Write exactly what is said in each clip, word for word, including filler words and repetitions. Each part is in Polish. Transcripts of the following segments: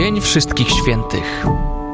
Dzień Wszystkich Świętych.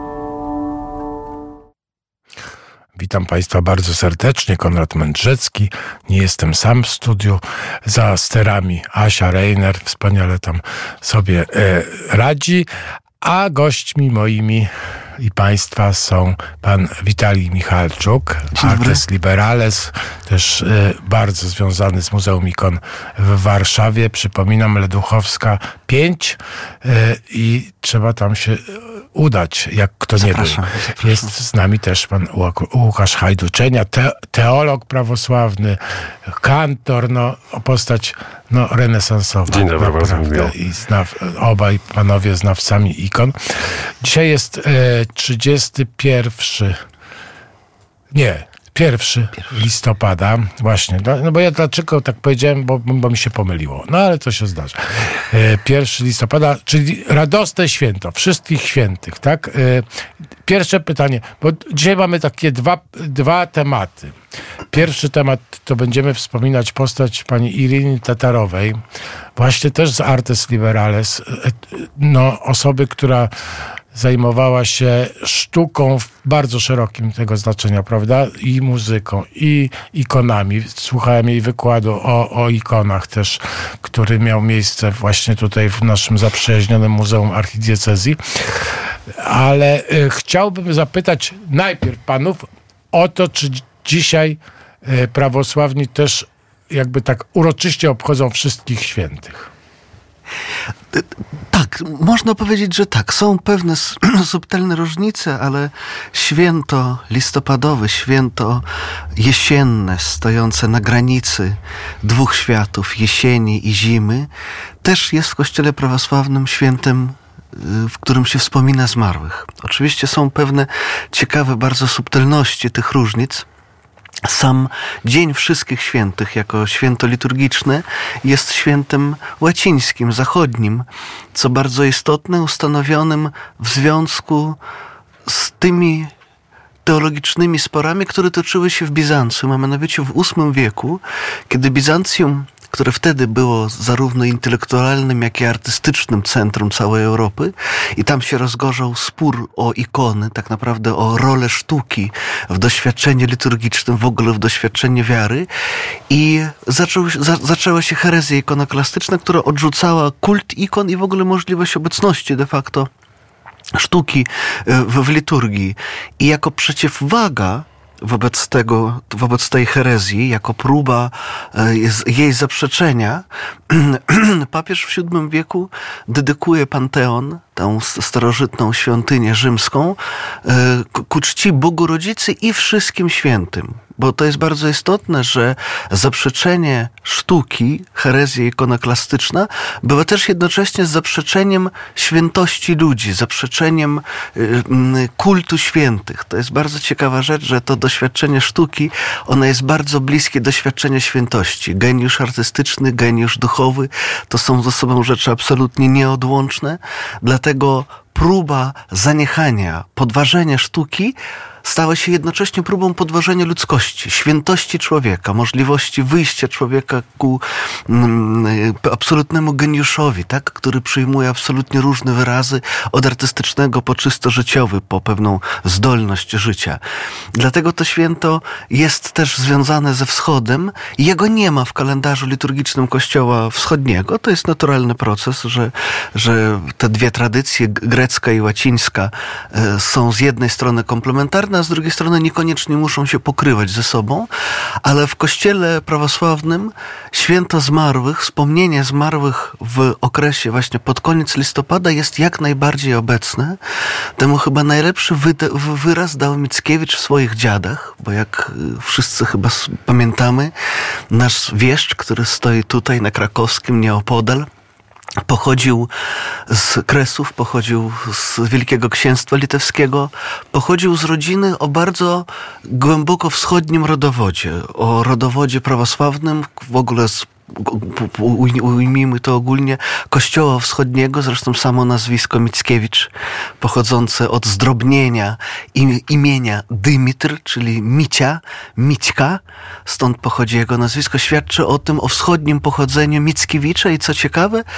Witam Państwa bardzo serdecznie, Konrad Mędrzecki. Nie jestem sam w studiu, za sterami Asia Reiner wspaniale tam sobie e, radzi, a gośćmi moimi i Państwa są pan Witalij Michalczuk, Artes Liberales, też y, bardzo związany z Muzeum Ikon w Warszawie. Przypominam, Leduchowska pięć y, i trzeba tam się udać, jak kto nie był. Zapraszam. Jest z nami też pan Łukasz Hajduczenia, te, teolog prawosławny, kantor, no, postać no, renesansowa. Dzień dobry, bardzo miło. I znaw, obaj panowie znawcami ikon. Dzisiaj jest e, trzydziestego pierwszego Nie, pierwszego listopada. Właśnie. No, no bo ja dlaczego tak powiedziałem, bo, bo mi się pomyliło. No ale to się zdarza. E, pierwszego listopada, czyli radosne święto wszystkich świętych, tak? E, pierwsze pytanie, bo dzisiaj mamy takie dwa, dwa tematy. Pierwszy temat to będziemy wspominać postać pani Iriny Tatarowej, właśnie też z Artes Liberales, no, osoby, która zajmowała się sztuką w bardzo szerokim tego znaczenia, prawda? I muzyką, i ikonami. Słuchałem jej wykładu o, o ikonach też, który miał miejsce właśnie tutaj w naszym zaprzyjaźnionym Muzeum Archidiecezji. Ale y, chciałbym zapytać najpierw panów o to, czy dzisiaj y, prawosławni też jakby tak uroczyście obchodzą wszystkich świętych. Tak, można powiedzieć, że tak. Są pewne subtelne różnice, ale święto listopadowe, święto jesienne, stojące na granicy dwóch światów, jesieni i zimy, też jest w Kościele prawosławnym świętem, w którym się wspomina zmarłych. Oczywiście są pewne ciekawe bardzo subtelności tych różnic. Sam Dzień Wszystkich Świętych jako święto liturgiczne jest świętem łacińskim, zachodnim, co bardzo istotne, ustanowionym w związku z tymi teologicznymi sporami, które toczyły się w Bizancjum, a mianowicie w ósmym wieku, kiedy Bizancjum, które wtedy było zarówno intelektualnym, jak i artystycznym centrum całej Europy, i tam się rozgorzał spór o ikony, tak naprawdę o rolę sztuki w doświadczeniu liturgicznym, w ogóle w doświadczeniu wiary, i zaczął, za, zaczęła się herezja ikonoklastyczna, która odrzucała kult ikon i w ogóle możliwość obecności de facto sztuki w, w liturgii. I jako przeciwwaga wobec tego, wobec tej herezji, jako próba jej zaprzeczenia, papież w siódmym wieku dedykuje Panteon, tę starożytną świątynię rzymską, ku czci Bogu Rodzicy i wszystkim świętym. Bo to jest bardzo istotne, że zaprzeczenie sztuki, herezja ikonoklastyczna, była też jednocześnie zaprzeczeniem świętości ludzi, zaprzeczeniem kultu świętych. To jest bardzo ciekawa rzecz, że to doświadczenie sztuki, ono jest bardzo bliskie doświadczeniu świętości. Geniusz artystyczny, geniusz duchowy, to są ze sobą rzeczy absolutnie nieodłączne, dlatego próba zaniechania, podważenia sztuki stała się jednocześnie próbą podważenia ludzkości, świętości człowieka, możliwości wyjścia człowieka ku mm, absolutnemu geniuszowi, tak? Który przyjmuje absolutnie różne wyrazy, od artystycznego po czysto życiowy, po pewną zdolność życia. Dlatego to święto jest też związane ze wschodem. Jego nie ma w kalendarzu liturgicznym Kościoła Wschodniego. To jest naturalny proces, że, że te dwie tradycje, grecka i łacińska, są z jednej strony komplementarne, a z drugiej strony niekoniecznie muszą się pokrywać ze sobą, ale w Kościele prawosławnym święto zmarłych, wspomnienie zmarłych w okresie właśnie pod koniec listopada jest jak najbardziej obecne. Temu chyba najlepszy wy- wyraz dał Mickiewicz w swoich Dziadach, bo jak wszyscy chyba pamiętamy, nasz wieszcz, który stoi tutaj na Krakowskim, nieopodal, pochodził z Kresów, pochodził z Wielkiego Księstwa Litewskiego, pochodził z rodziny o bardzo głęboko wschodnim rodowodzie, o rodowodzie prawosławnym, w ogóle z ujmijmy to ogólnie, Kościoła Wschodniego, zresztą samo nazwisko Mickiewicz, pochodzące od zdrobnienia imienia Dymitr, czyli Micia, Mićka, stąd pochodzi jego nazwisko, świadczy o tym, o wschodnim pochodzeniu Mickiewicza i co ciekawe,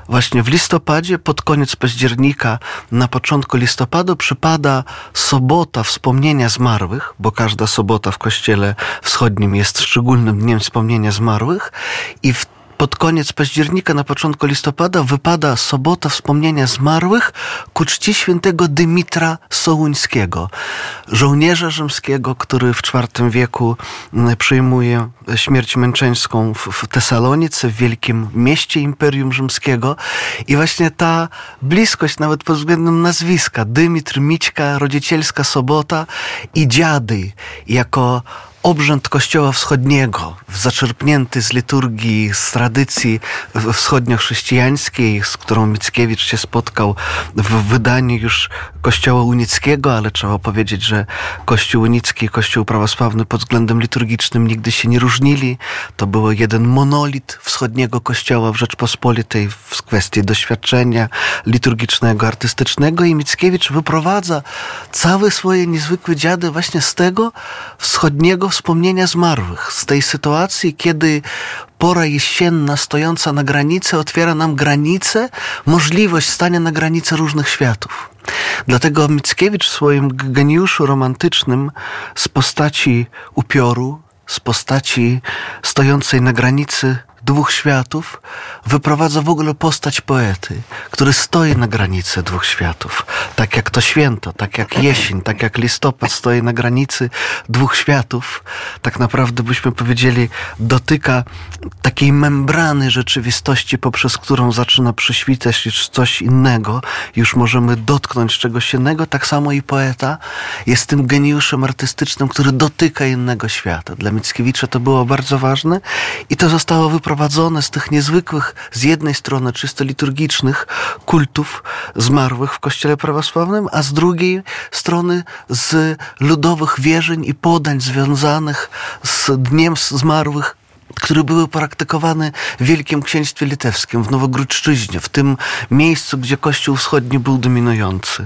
właśnie w listopadzie, pod koniec października, na początku listopada przypada sobota wspomnienia zmarłych, bo każda sobota w Kościele Wschodnim jest szczególnym dniem wspomnienia zmarłych i w pod koniec października, na początku listopada wypada sobota wspomnienia zmarłych ku czci świętego Dymitra Sołuńskiego, żołnierza rzymskiego, który w czwartym wieku przyjmuje śmierć męczeńską w, w Tesalonice, w wielkim mieście Imperium Rzymskiego. I właśnie ta bliskość, nawet pod względem nazwiska, Dymitr, Mićka, rodzicielska sobota i dziady, jako obrzęd Kościoła Wschodniego, zaczerpnięty z liturgii, z tradycji wschodnio-chrześcijańskiej, z którą Mickiewicz się spotkał w wydaniu już Kościoła Unickiego, ale trzeba powiedzieć, że Kościół Unicki i Kościół Prawosławny pod względem liturgicznym nigdy się nie różnili. To był jeden monolit wschodniego Kościoła w Rzeczpospolitej w kwestii doświadczenia liturgicznego, artystycznego i Mickiewicz wyprowadza całe swoje niezwykłe dziady właśnie z tego wschodniego wspomnienia zmarłych, z tej sytuacji, kiedy pora jesienna stojąca na granicy otwiera nam granicę, możliwość stania na granicy różnych światów. Dlatego Mickiewicz w swoim geniuszu romantycznym z postaci upioru, z postaci stojącej na granicy dwóch światów, wyprowadza w ogóle postać poety, który stoi na granicy dwóch światów. Tak jak to święto, tak jak jesień, tak jak listopad stoi na granicy dwóch światów, tak naprawdę byśmy powiedzieli, dotyka takiej membrany rzeczywistości, poprzez którą zaczyna przyświtać już coś innego, już możemy dotknąć czegoś innego. Tak samo i poeta jest tym geniuszem artystycznym, który dotyka innego świata. Dla Mickiewicza to było bardzo ważne i to zostało wyprowadzone prowadzone z tych niezwykłych, z jednej strony czysto liturgicznych kultów zmarłych w Kościele Prawosławnym, a z drugiej strony z ludowych wierzeń i podań związanych z Dniem Zmarłych, które były praktykowane w Wielkim Księstwie Litewskim, w Nowogródszczyźnie, w tym miejscu, gdzie Kościół Wschodni był dominujący.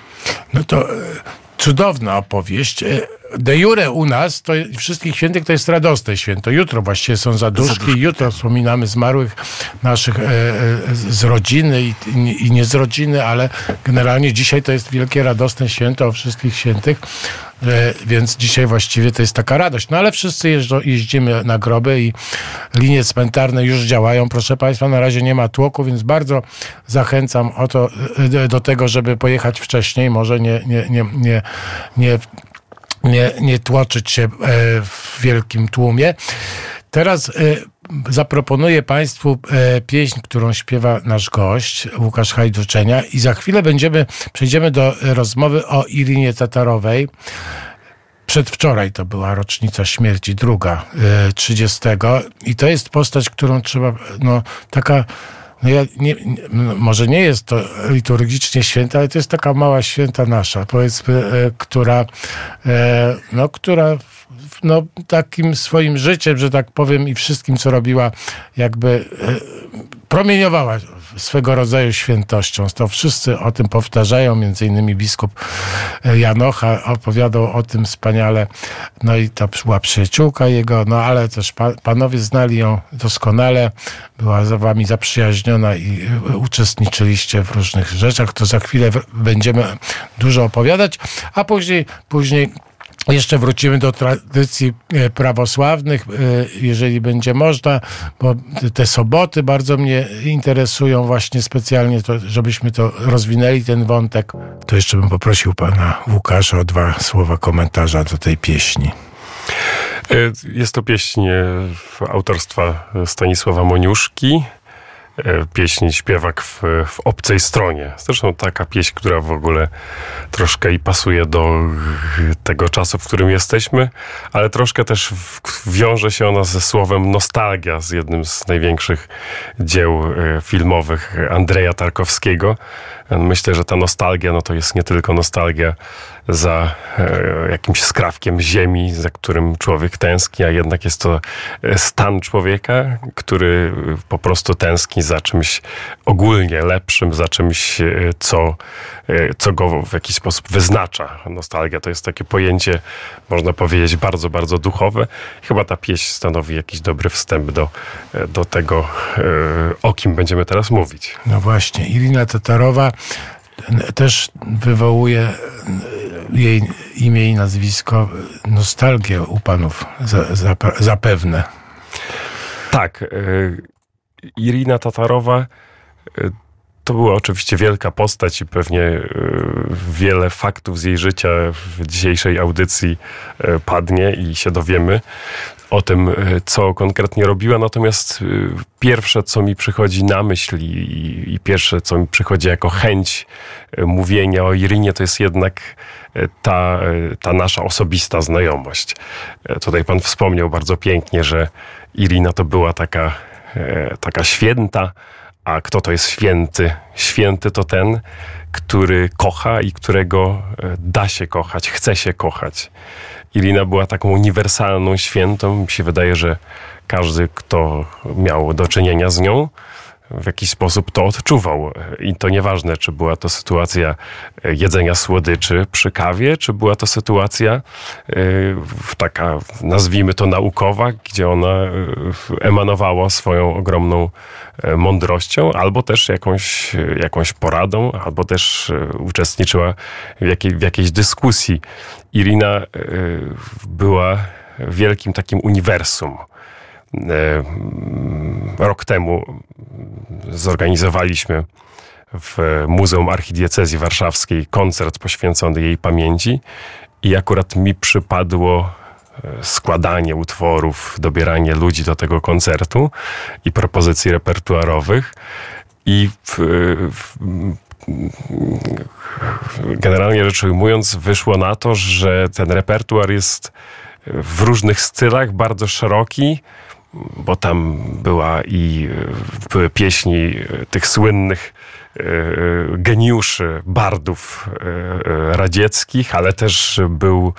No to e, cudowna opowieść. E, De jure u nas, to wszystkich świętych to jest radosne święto. Jutro właściwie są zaduszki, jutro wspominamy zmarłych naszych e, e, z rodziny i, i nie z rodziny, ale generalnie dzisiaj to jest wielkie radosne święto o wszystkich świętych, e, więc dzisiaj właściwie to jest taka radość. No ale wszyscy jeżdżą, jeździmy na groby i linie cmentarne już działają. Proszę Państwa, na razie nie ma tłoku, więc bardzo zachęcam o to, e, do tego, żeby pojechać wcześniej, może nie, nie, nie, nie, nie Nie, nie tłoczyć się w wielkim tłumie. Teraz zaproponuję Państwu pieśń, którą śpiewa nasz gość, Łukasz Hajduczenia, i za chwilę będziemy, przejdziemy do rozmowy o Irinie Tatarowej. Przedwczoraj to była rocznica śmierci, druga, trzydziestego. I to jest postać, którą trzeba, no taka... No ja nie, nie, może nie jest to liturgicznie święta, ale to jest taka mała święta nasza, powiedzmy, e, która, e, no, która no, takim swoim życiem, że tak powiem, i wszystkim, co robiła, jakby e, promieniowała swego rodzaju świętością. To wszyscy o tym powtarzają, między innymi biskup Janocha opowiadał o tym wspaniale. No i ta była przyjaciółka jego, no ale też pa, panowie znali ją doskonale, była za wami zaprzyjaźniona i uczestniczyliście w różnych rzeczach. To za chwilę będziemy dużo opowiadać, a później, później jeszcze wrócimy do tradycji prawosławnych, jeżeli będzie można, bo te soboty bardzo mnie interesują właśnie specjalnie, to, żebyśmy to rozwinęli, ten wątek. To jeszcze bym poprosił pana Łukasza o dwa słowa komentarza do tej pieśni. Jest to pieśń autorstwa Stanisława Moniuszki. Pieśń śpiewak w, w obcej stronie. Zresztą taka pieśń, która w ogóle troszkę i pasuje do tego czasu, w którym jesteśmy, ale troszkę też w, wiąże się ona ze słowem nostalgia, z jednym z największych dzieł filmowych Andrzeja Tarkowskiego. Myślę, że ta nostalgia, no to jest nie tylko nostalgia za e, jakimś skrawkiem ziemi, za którym człowiek tęskni, a jednak jest to stan człowieka, który po prostu tęskni tęskni za czymś ogólnie lepszym, za czymś, co, co go w jakiś sposób wyznacza. Nostalgia to jest takie pojęcie, można powiedzieć, bardzo, bardzo duchowe. Chyba ta pieśń stanowi jakiś dobry wstęp do, do tego, o kim będziemy teraz mówić. No właśnie, Irina Tatarowa też wywołuje jej imię i nazwisko nostalgię u panów za, za, zapewne. Tak. Irina Tatarowa to była oczywiście wielka postać i pewnie wiele faktów z jej życia w dzisiejszej audycji padnie i się dowiemy o tym, co konkretnie robiła. Natomiast pierwsze, co mi przychodzi na myśl i, i pierwsze, co mi przychodzi jako chęć mówienia o Irinie, to jest jednak ta, ta nasza osobista znajomość. Tutaj pan wspomniał bardzo pięknie, że Irina to była taka, taka święta. A kto to jest święty? Święty to ten, który kocha i którego da się kochać, chce się kochać. Irina była taką uniwersalną świętą. Mi się wydaje, że każdy, kto miał do czynienia z nią, w jakiś sposób to odczuwał. I to nieważne, czy była to sytuacja jedzenia słodyczy przy kawie, czy była to sytuacja taka, nazwijmy to naukowa, gdzie ona emanowała swoją ogromną mądrością, albo też jakąś, jakąś poradą, albo też uczestniczyła w, jakiej, w jakiejś dyskusji. Irina była wielkim takim uniwersum. Rok temu zorganizowaliśmy w Muzeum Archidiecezji Warszawskiej koncert poświęcony jej pamięci i akurat mi przypadło składanie utworów, dobieranie ludzi do tego koncertu i propozycji repertuarowych i w, w, generalnie rzecz ujmując wyszło na to, że ten repertuar jest w różnych stylach, bardzo szeroki, bo tam była i były pieśni tych słynnych geniuszy, bardów radzieckich, ale też był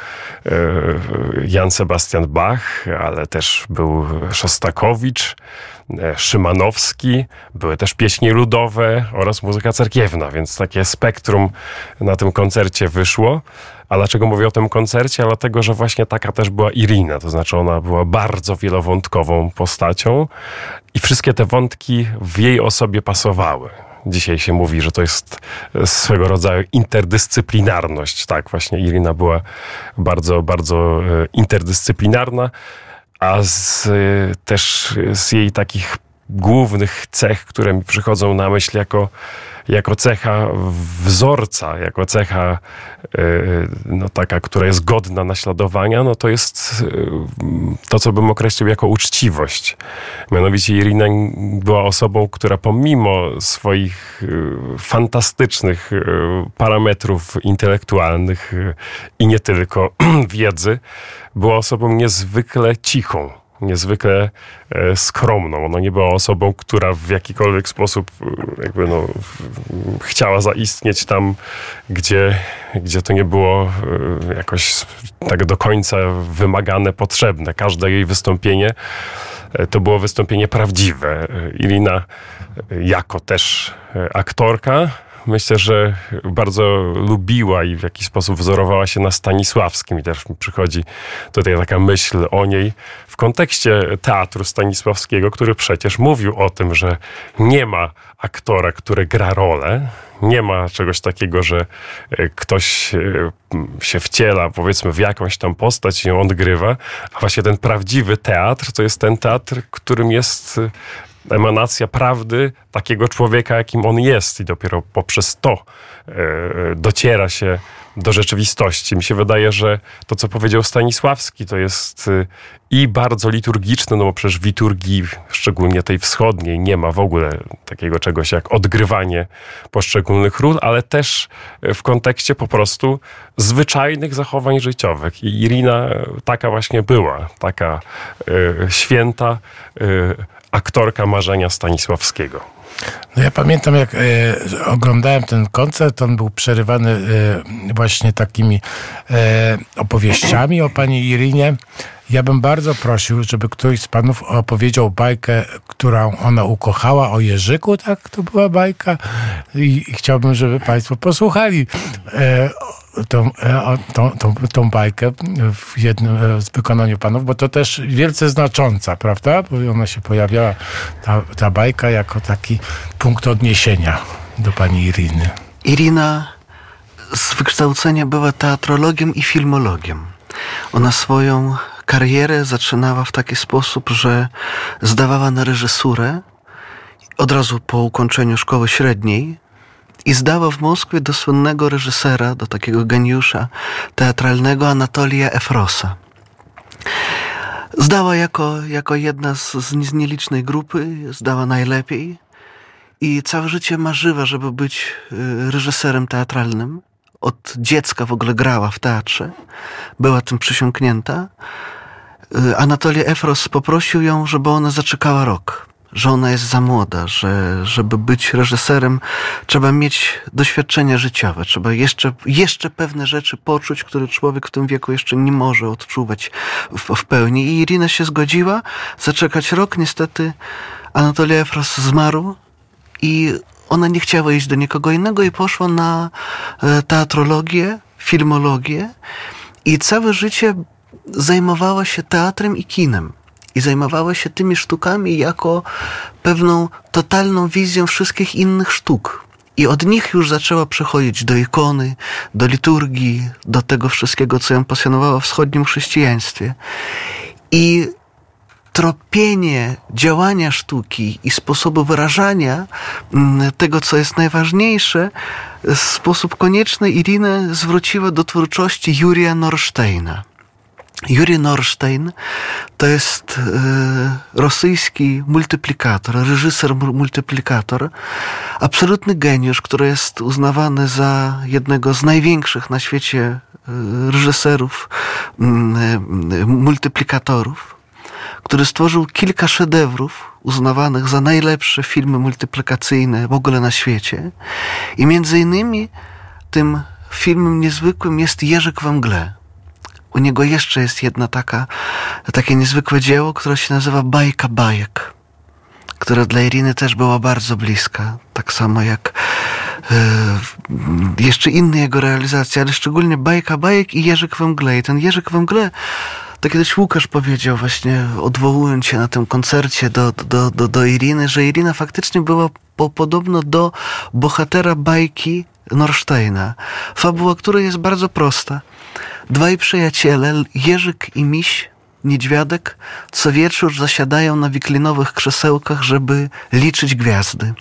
Jan Sebastian Bach, ale też był Szostakowicz, Szymanowski, były też pieśni ludowe oraz muzyka cerkiewna, więc takie spektrum na tym koncercie wyszło. A dlaczego mówię o tym koncercie? Dlatego, że właśnie taka też była Irina, to znaczy ona była bardzo wielowątkową postacią i wszystkie te wątki w jej osobie pasowały. Dzisiaj się mówi, że to jest swego rodzaju interdyscyplinarność. Tak, właśnie Irina była bardzo, bardzo interdyscyplinarna, a z, też z jej takich głównych cech, które mi przychodzą na myśl jako, jako cecha wzorca, jako cecha no, taka, która jest godna naśladowania, no to jest to, co bym określił jako uczciwość. Mianowicie Irina była osobą, która pomimo swoich fantastycznych parametrów intelektualnych i nie tylko wiedzy, była osobą niezwykle cichą. Niezwykle e, skromną. Ona nie była osobą, która w jakikolwiek sposób jakby no, chciała zaistnieć tam, gdzie, gdzie to nie było e, jakoś tak do końca wymagane, potrzebne. Każde jej wystąpienie e, to było wystąpienie prawdziwe. Irina e, jako też e, aktorka myślę, że bardzo lubiła i w jakiś sposób wzorowała się na Stanisławskim i też mi przychodzi tutaj taka myśl o niej w kontekście teatru stanisławskiego, który przecież mówił o tym, że nie ma aktora, który gra rolę, nie ma czegoś takiego, że ktoś się wciela, powiedzmy, w jakąś tam postać i ją odgrywa, a właśnie ten prawdziwy teatr to jest ten teatr, którym jest emanacja prawdy takiego człowieka, jakim on jest i dopiero poprzez to e, dociera się do rzeczywistości. Mi się wydaje, że to, co powiedział Stanisławski, to jest e, i bardzo liturgiczne, no bo przecież w liturgii, szczególnie tej wschodniej, nie ma w ogóle takiego czegoś jak odgrywanie poszczególnych ról, ale też w kontekście po prostu zwyczajnych zachowań życiowych. I Irina taka właśnie była, taka e, święta, e, aktorka marzenia Stanisławskiego. No ja pamiętam, jak e, oglądałem ten koncert, on był przerywany e, właśnie takimi e, opowieściami o pani Irinie. Ja bym bardzo prosił, żeby któryś z panów opowiedział bajkę, którą ona ukochała, o Jerzyku, tak? To była bajka. I, i chciałbym, żeby państwo posłuchali e, tą, e, tą, tą, tą bajkę w jednym z wykonaniu panów, bo to też wielce znacząca, prawda? Bo ona się pojawiała, ta, ta bajka, jako taki punkt odniesienia do pani Iriny. Irina z wykształcenia była teatrologiem i filmologiem. Ona swoją karierę zaczynała w taki sposób, że zdawała na reżysurę od razu po ukończeniu szkoły średniej i zdała w Moskwie do słynnego reżysera, do takiego geniusza teatralnego Anatolija Efrosa. Zdała jako, jako jedna z, z nielicznej grupy, zdała najlepiej i całe życie marzyła, żeby być reżyserem teatralnym. Od dziecka w ogóle grała w teatrze. Była tym przysiągnięta. Anatolij Efros poprosił ją, żeby ona zaczekała rok. Że ona jest za młoda, że żeby być reżyserem trzeba mieć doświadczenia życiowe. Trzeba jeszcze, jeszcze pewne rzeczy poczuć, które człowiek w tym wieku jeszcze nie może odczuwać w, w pełni. I Irina się zgodziła zaczekać rok. Niestety Anatolij Efros zmarł i ona nie chciała iść do nikogo innego i poszła na teatrologię, filmologię i całe życie zajmowała się teatrem i kinem. I zajmowała się tymi sztukami jako pewną totalną wizją wszystkich innych sztuk. I od nich już zaczęła przechodzić do ikony, do liturgii, do tego wszystkiego, co ją pasjonowało w wschodnim chrześcijaństwie. I tropienie działania sztuki i sposobu wyrażania tego, co jest najważniejsze, w sposób konieczny Irinę zwróciła do twórczości Jurija Norsteina. Jurij Norstein to jest e, rosyjski multiplikator, reżyser multiplikator, absolutny geniusz, który jest uznawany za jednego z największych na świecie e, reżyserów e, multiplikatorów, który stworzył kilka szedewrów uznawanych za najlepsze filmy multiplikacyjne w ogóle na świecie. I między innymi tym filmem niezwykłym jest Jerzyk we mgle. U niego jeszcze jest jedna taka, takie niezwykłe dzieło, które się nazywa Bajka bajek, która dla Iriny też była bardzo bliska, tak samo jak e, jeszcze inne jego realizacje, ale szczególnie Bajka bajek i Jerzyk we mgle. I ten Jerzyk we mgle, to kiedyś Łukasz powiedział właśnie, odwołując się na tym koncercie do, do, do, do Iriny, że Irina faktycznie była po, podobno do bohatera bajki Norsteina. Fabuła której jest bardzo prosta. Dwaj przyjaciele, Jerzyk i Miś, niedźwiadek, co wieczór zasiadają na wiklinowych krzesełkach, żeby liczyć gwiazdy.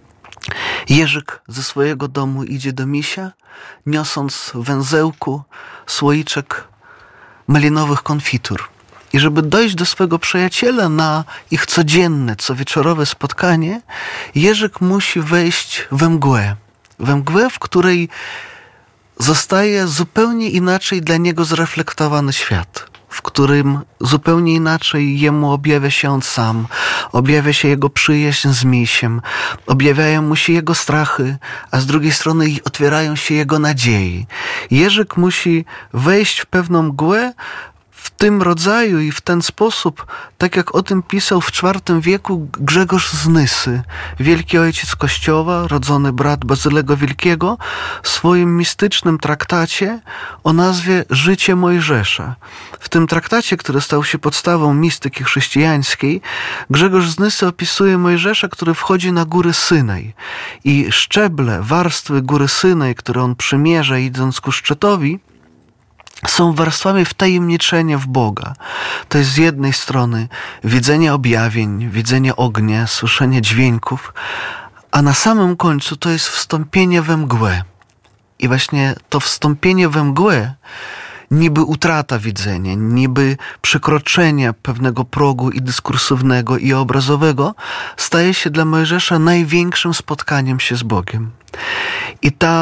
Jerzyk ze swojego domu idzie do Misia, niosąc w węzełku słoiczek malinowych konfitur. I żeby dojść do swego przyjaciela na ich codzienne, cowieczorowe spotkanie, Jerzyk musi wejść we mgłę. We mgłę, w której zostaje zupełnie inaczej dla niego zreflektowany świat, w którym zupełnie inaczej jemu objawia się on sam, objawia się jego przyjaźń z Misiem, objawiają mu się jego strachy, a z drugiej strony otwierają się jego nadzieje. Jerzyk musi wejść w pewną mgłę w tym rodzaju i w ten sposób, tak jak o tym pisał w czwartym wieku Grzegorz z Nysy, wielki ojciec Kościoła, rodzony brat Bazylego Wielkiego, w swoim mistycznym traktacie o nazwie Życie Mojżesza. W tym traktacie, który stał się podstawą mistyki chrześcijańskiej, Grzegorz z Nysy opisuje Mojżesza, który wchodzi na góry Synaj. I szczeble, warstwy góry Synaj, które on przymierza idąc ku szczytowi, są warstwami wtajemniczenia w Boga. To jest z jednej strony widzenie objawień, widzenie ognia, słyszenie dźwięków, a na samym końcu to jest wstąpienie we mgłę. I właśnie to wstąpienie we mgłę, niby utrata widzenia, niby przekroczenia pewnego progu i dyskursywnego, i obrazowego, staje się dla Mojżesza największym spotkaniem się z Bogiem. I ta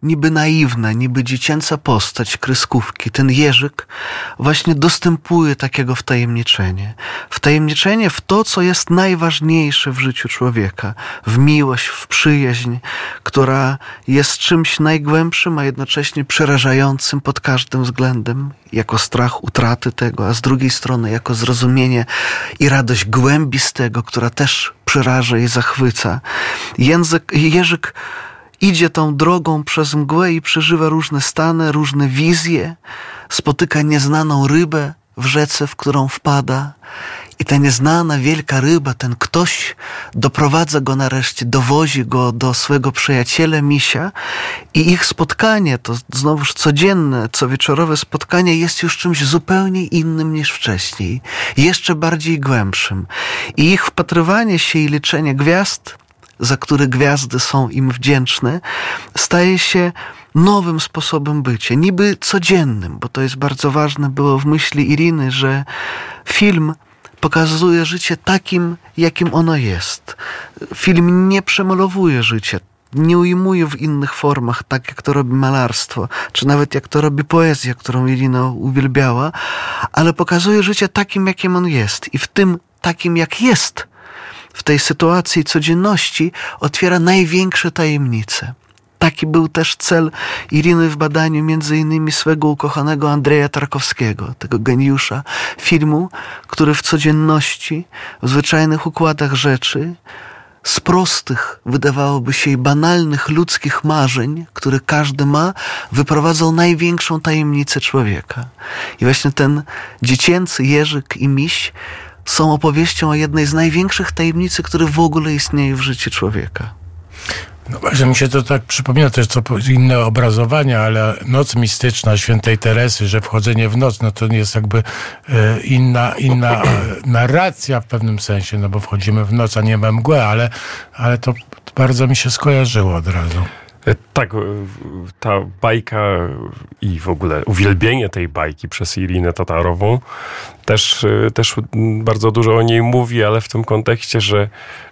niby naiwna, niby dziecięca postać kreskówki, ten Jerzyk właśnie dostępuje takiego wtajemniczenia. Wtajemniczenie w to, co jest najważniejsze w życiu człowieka. W miłość, w przyjaźń, która jest czymś najgłębszym, a jednocześnie przerażającym pod każdym względem, jako strach utraty tego, a z drugiej strony jako zrozumienie i radość głębi z tego, która też przeraża i zachwyca. Język, Jerzyk idzie tą drogą przez mgłę i przeżywa różne stany, różne wizje, spotyka nieznaną rybę w rzece, w którą wpada. I ta nieznana wielka ryba, ten ktoś doprowadza go nareszcie, dowozi go do swego przyjaciela misia i ich spotkanie, to znowuż codzienne, cowieczorowe spotkanie jest już czymś zupełnie innym niż wcześniej, jeszcze bardziej głębszym. I ich wpatrywanie się i liczenie gwiazd, za które gwiazdy są im wdzięczne, staje się nowym sposobem bycia, niby codziennym, bo to jest bardzo ważne było w myśli Iriny, że film pokazuje życie takim, jakim ono jest. Film nie przemalowuje życia, nie ujmuje w innych formach, tak jak to robi malarstwo, czy nawet jak to robi poezja, którą Irina uwielbiała, ale pokazuje życie takim, jakim on jest. I w tym takim, jak jest, w tej sytuacji codzienności otwiera największe tajemnice. Taki był też cel Iriny w badaniu między innymi swego ukochanego Andrzeja Tarkowskiego, tego geniusza filmu, który w codzienności, w zwyczajnych układach rzeczy, z prostych, wydawałoby się i banalnych ludzkich marzeń, które każdy ma, wyprowadzał największą tajemnicę człowieka. I właśnie ten dziecięcy Jerzyk i miś są opowieścią o jednej z największych tajemnic, które w ogóle istnieje w życiu człowieka. No właśnie, mi się to tak przypomina, to jest co inne obrazowania, ale noc mistyczna świętej Teresy, że wchodzenie w noc, no to jest jakby e, inna, inna narracja w pewnym sensie, no bo wchodzimy w noc, a nie we mgłę, ale, ale to bardzo mi się skojarzyło od razu. Tak, ta bajka i w ogóle uwielbienie tej bajki przez Irinę Tatarową też, też bardzo dużo o niej mówi, ale w tym kontekście, że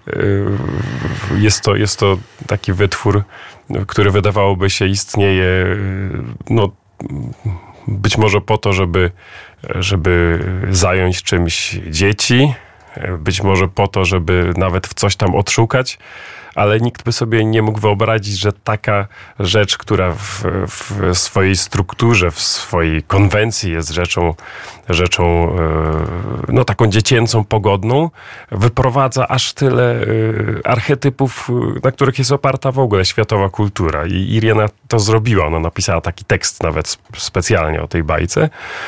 jest to, jest to taki wytwór, który wydawałoby się istnieje no, być może po to, żeby, żeby zająć czymś dzieci, być może po to, żeby nawet w coś tam odszukać, ale nikt by sobie nie mógł wyobrazić, że taka rzecz, która w, w swojej strukturze, w swojej konwencji jest rzeczą, rzeczą no taką dziecięcą, pogodną, wyprowadza aż tyle archetypów, na których jest oparta w ogóle światowa kultura. I Irina to zrobiła. Ona napisała taki tekst nawet specjalnie o tej bajce,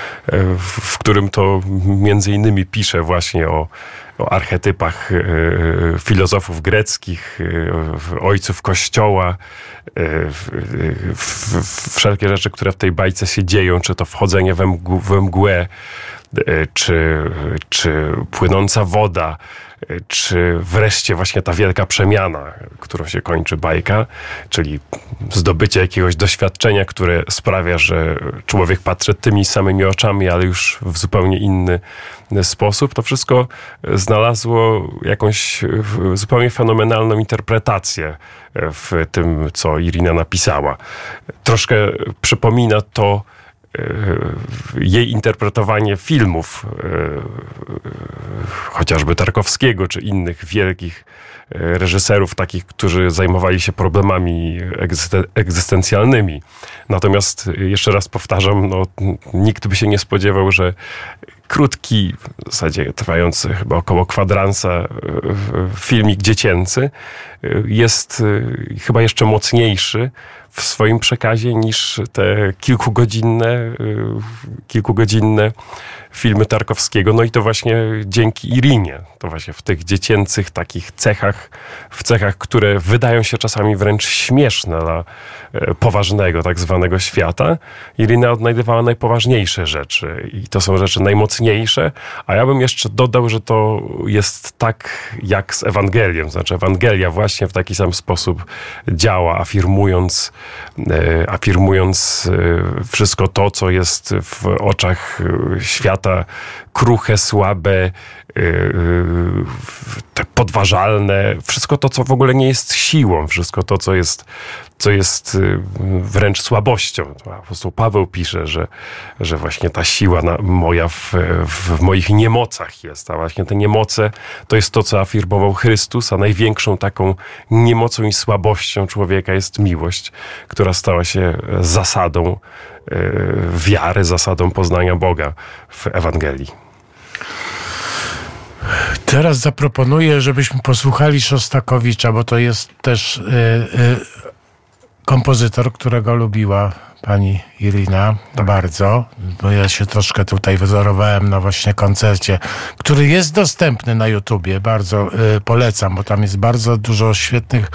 w którym to między innymi pisze właśnie o o archetypach e, filozofów greckich, e, ojców Kościoła, e, w, w, wszelkie rzeczy, które w tej bajce się dzieją, czy to wchodzenie we, mgł, we mgłę, e, czy, czy płynąca woda, czy wreszcie właśnie ta wielka przemiana, którą się kończy bajka, czyli zdobycie jakiegoś doświadczenia, które sprawia, że człowiek patrzy tymi samymi oczami, ale już w zupełnie inny sposób. To wszystko znalazło jakąś zupełnie fenomenalną interpretację w tym, co Irina napisała. Troszkę przypomina to jej interpretowanie filmów, chociażby Tarkowskiego, czy innych wielkich reżyserów, takich, którzy zajmowali się problemami egzystencjalnymi. Natomiast jeszcze raz powtarzam, no, nikt by się nie spodziewał, że krótki, w zasadzie trwający chyba około kwadransa filmik dziecięcy jest chyba jeszcze mocniejszy w swoim przekazie niż te kilkugodzinne, kilkugodzinne filmy Tarkowskiego. No i to właśnie dzięki Irinie. To właśnie w tych dziecięcych takich cechach, w cechach, które wydają się czasami wręcz śmieszne dla poważnego tak zwanego świata, Irina odnajdywała najpoważniejsze rzeczy i to są rzeczy najmocniejsze, a ja bym jeszcze dodał, że to jest tak jak z Ewangelią. Znaczy Ewangelia właśnie w taki sam sposób działa, afirmując, afirmując wszystko to, co jest w oczach świata lata kruche, słabe, te podważalne, wszystko to, co w ogóle nie jest siłą, wszystko to, co jest, co jest wręcz słabością. Apostoł Paweł pisze, że, że właśnie ta siła na, moja w, w moich niemocach jest, a właśnie te niemoce to jest to, co afirmował Chrystus, a największą taką niemocą i słabością człowieka jest miłość, która stała się zasadą wiary, zasadą poznania Boga w Ewangelii. Teraz zaproponuję, żebyśmy posłuchali Szostakowicza, bo to jest też y, y, kompozytor, którego lubiła pani Irina bardzo, bo ja się troszkę tutaj wzorowałem na właśnie koncercie, który jest dostępny na YouTubie, bardzo y, polecam, bo tam jest bardzo dużo świetnych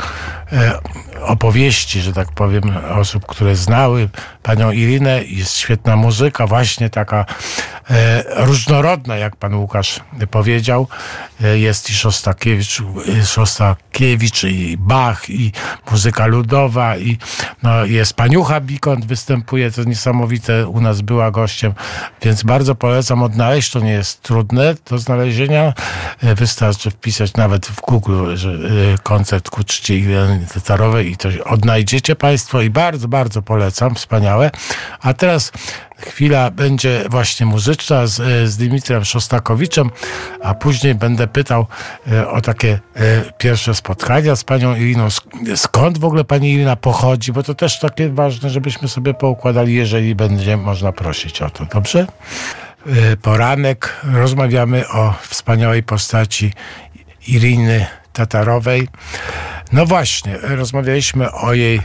y, opowieści, że tak powiem, osób, które znały panią Irinę. Jest świetna muzyka, właśnie taka y, różnorodna, jak pan Łukasz powiedział. Y, jest i Szostakiewicz, y, Szostakiewicz, i Bach, i muzyka ludowa, i no, jest paniucha Bikont, występuje, to niesamowite, u nas była gościem, więc bardzo polecam odnaleźć, to nie jest trudne do znalezienia, wystarczy wpisać nawet w Google, że koncert ku czci Ireny Tatarowej i to odnajdziecie państwo i bardzo, bardzo polecam, wspaniałe. A teraz chwila będzie właśnie muzyczna z, z Dymitrem Szostakowiczem, a później będę pytał o takie pierwsze spotkania z panią Iriną. Skąd w ogóle pani Irina pochodzi, bo to też takie ważne, żebyśmy sobie poukładali, jeżeli będzie można prosić o to. Dobrze? Poranek. Rozmawiamy o wspaniałej postaci Iriny Tatarowej. No właśnie, rozmawialiśmy o jej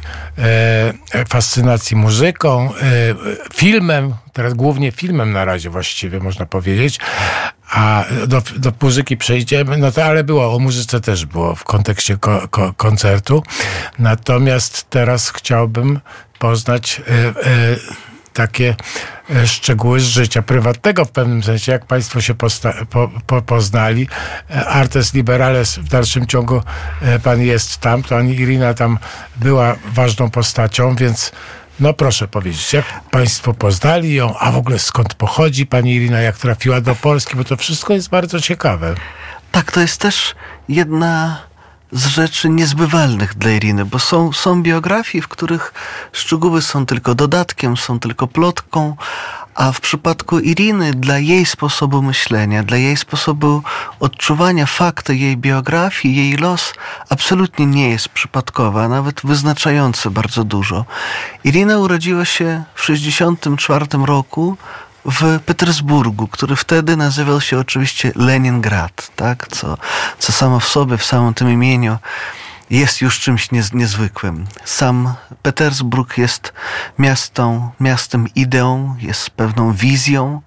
e, fascynacji muzyką, e, filmem, teraz głównie filmem na razie właściwie można powiedzieć, a do, do muzyki przejdziemy, no to ale było, o muzyce też było w kontekście ko, ko, koncertu. Natomiast teraz chciałbym poznać e, e, takie szczegóły z życia prywatnego w pewnym sensie, jak państwo się posta- po, po, poznali. Artes Liberales w dalszym ciągu pan jest tam, to ani Irina tam była ważną postacią, więc no proszę powiedzieć, jak państwo poznali ją, a w ogóle skąd pochodzi pani Irina, jak trafiła do Polski, bo to wszystko jest bardzo ciekawe. Tak, to jest też jedna z rzeczy niezbywalnych dla Iriny, bo są, są biografie, w których szczegóły są tylko dodatkiem, są tylko plotką, a w przypadku Iriny dla jej sposobu myślenia, dla jej sposobu odczuwania fakty jej biografii, jej los absolutnie nie jest przypadkowy, a nawet wyznaczający bardzo dużo. Irina urodziła się w sześćdziesiątym czwartym roku w Petersburgu, który wtedy nazywał się oczywiście Leningrad, tak? co, co samo w sobie, w samym tym imieniu jest już czymś niez, niezwykłym. Sam Petersburg jest miastą, miastem ideą, jest pewną wizją,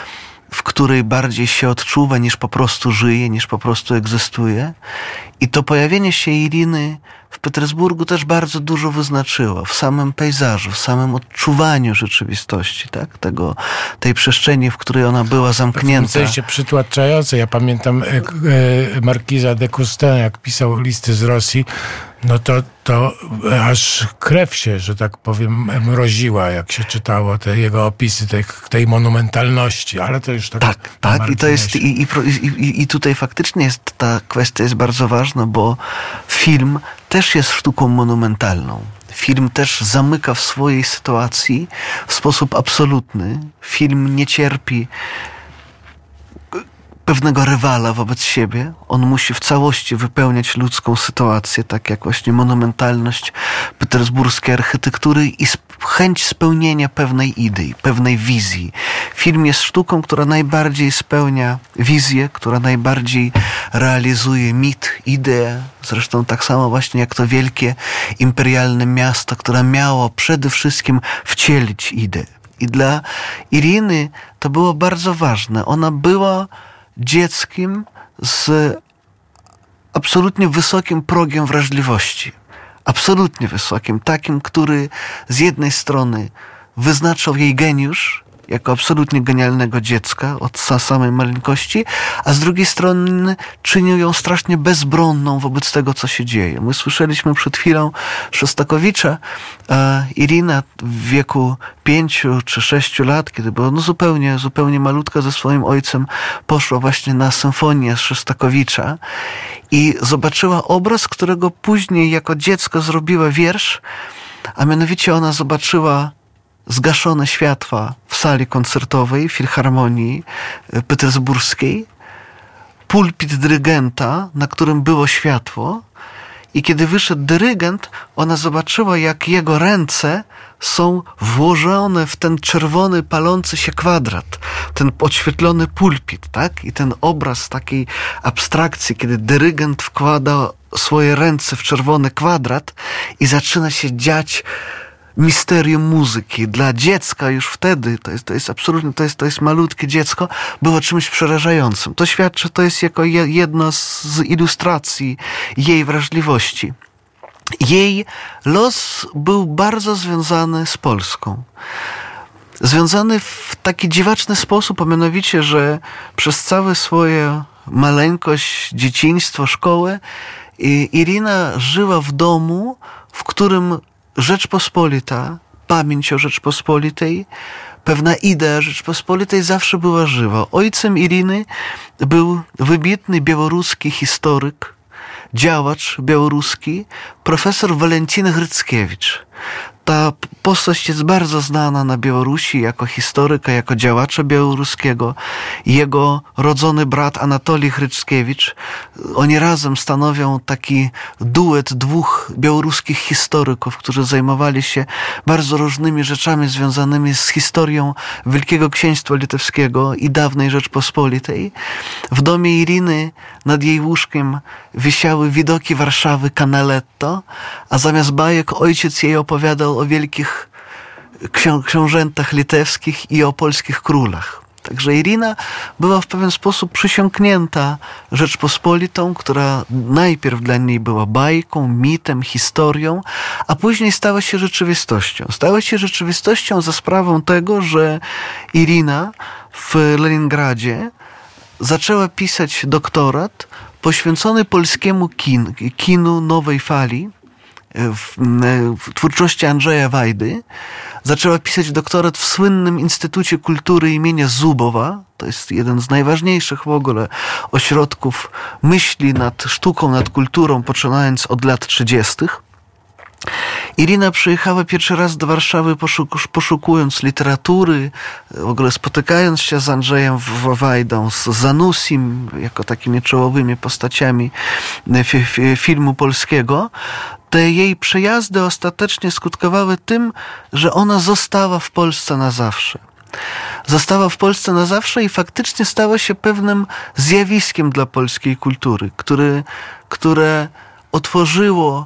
w której bardziej się odczuwa niż po prostu żyje, niż po prostu egzystuje. I to pojawienie się Iriny w Petersburgu też bardzo dużo wyznaczyło w samym pejzażu, w samym odczuwaniu rzeczywistości, tak? Tego, tej przestrzeni, w której ona była zamknięta. W tym sensie przytłaczające. Ja pamiętam e, e, Markiza de Cousteau, jak pisał listy z Rosji, no to, to aż krew się, że tak powiem, mroziła, jak się czytało te jego opisy tej, tej monumentalności, ale to już tak... Tak, tak, i to jest, i, i, i, i tutaj faktycznie jest, ta kwestia jest bardzo ważna, bo film też jest sztuką monumentalną. Film też zamyka w swojej sytuacji w sposób absolutny. Film nie cierpi pewnego rywala wobec siebie. On musi w całości wypełniać ludzką sytuację, tak jak właśnie monumentalność petersburskiej architektury i chęć spełnienia pewnej idei, pewnej wizji. Film jest sztuką, która najbardziej spełnia wizję, która najbardziej realizuje mit, ideę. Zresztą tak samo właśnie jak to wielkie imperialne miasto, które miało przede wszystkim wcielić ideę. I dla Iriny to było bardzo ważne. Ona była dzieckiem z absolutnie wysokim progiem wrażliwości. Absolutnie wysokim. Takim, który z jednej strony wyznaczał jej geniusz, jako absolutnie genialnego dziecka od samej maleńkości, a z drugiej strony czynił ją strasznie bezbronną wobec tego, co się dzieje. My słyszeliśmy przed chwilą Szostakowicza. Irina w wieku pięciu czy sześciu lat, kiedy była no zupełnie, zupełnie malutka, ze swoim ojcem poszła właśnie na symfonię Szostakowicza i zobaczyła obraz, którego później jako dziecko zrobiła wiersz, a mianowicie ona zobaczyła zgaszone światła w sali koncertowej Filharmonii Petersburskiej, pulpit dyrygenta, na którym było światło, i kiedy wyszedł dyrygent, ona zobaczyła, jak jego ręce są włożone w ten czerwony, palący się kwadrat, ten podświetlony pulpit, tak? I ten obraz takiej abstrakcji, kiedy dyrygent wkłada swoje ręce w czerwony kwadrat i zaczyna się dziać misterium muzyki. Dla dziecka już wtedy, to jest, to jest absolutnie, to jest, to jest malutkie dziecko, było czymś przerażającym. To świadczy, to jest jako jedna z ilustracji jej wrażliwości. Jej los był bardzo związany z Polską. Związany w taki dziwaczny sposób, a mianowicie, że przez całe swoje maleńkość, dzieciństwo, szkołę Irina żyła w domu, w którym Rzeczpospolita, pamięć o Rzeczpospolitej, pewna idea Rzeczpospolitej zawsze była żywa. Ojcem Iriny był wybitny białoruski historyk, działacz białoruski, profesor Walentyn Hryckiewicz. Ta postać jest bardzo znana na Białorusi jako historyka, jako działacza białoruskiego. Jego rodzony brat Anatolij Hryckiewicz, oni razem stanowią taki duet dwóch białoruskich historyków, którzy zajmowali się bardzo różnymi rzeczami związanymi z historią Wielkiego Księstwa Litewskiego i dawnej Rzeczpospolitej. W domie Iriny nad jej łóżkiem wisiały widoki Warszawy Canaletto, a zamiast bajek ojciec jej opowiadał o wielkich ksią- książętach litewskich i o polskich królach. Także Irina była w pewien sposób przysiągnięta Rzeczpospolitą, która najpierw dla niej była bajką, mitem, historią, a później stała się rzeczywistością. Stała się rzeczywistością za sprawą tego, że Irina w Leningradzie zaczęła pisać doktorat poświęcony polskiemu kin, kinu nowej fali, W, w twórczości Andrzeja Wajdy. Zaczęła pisać doktorat w słynnym Instytucie Kultury imienia Zubowa. To jest jeden z najważniejszych w ogóle ośrodków myśli nad sztuką, nad kulturą, poczynając od lat trzydziestych. Irina przyjechała pierwszy raz do Warszawy poszuk- poszukując literatury, w ogóle spotykając się z Andrzejem Wajdą, z Zanusim, jako takimi czołowymi postaciami f- f- filmu polskiego. Te jej przejazdy ostatecznie skutkowały tym, że ona została w Polsce na zawsze. Została w Polsce na zawsze i faktycznie stała się pewnym zjawiskiem dla polskiej kultury, który, które otworzyło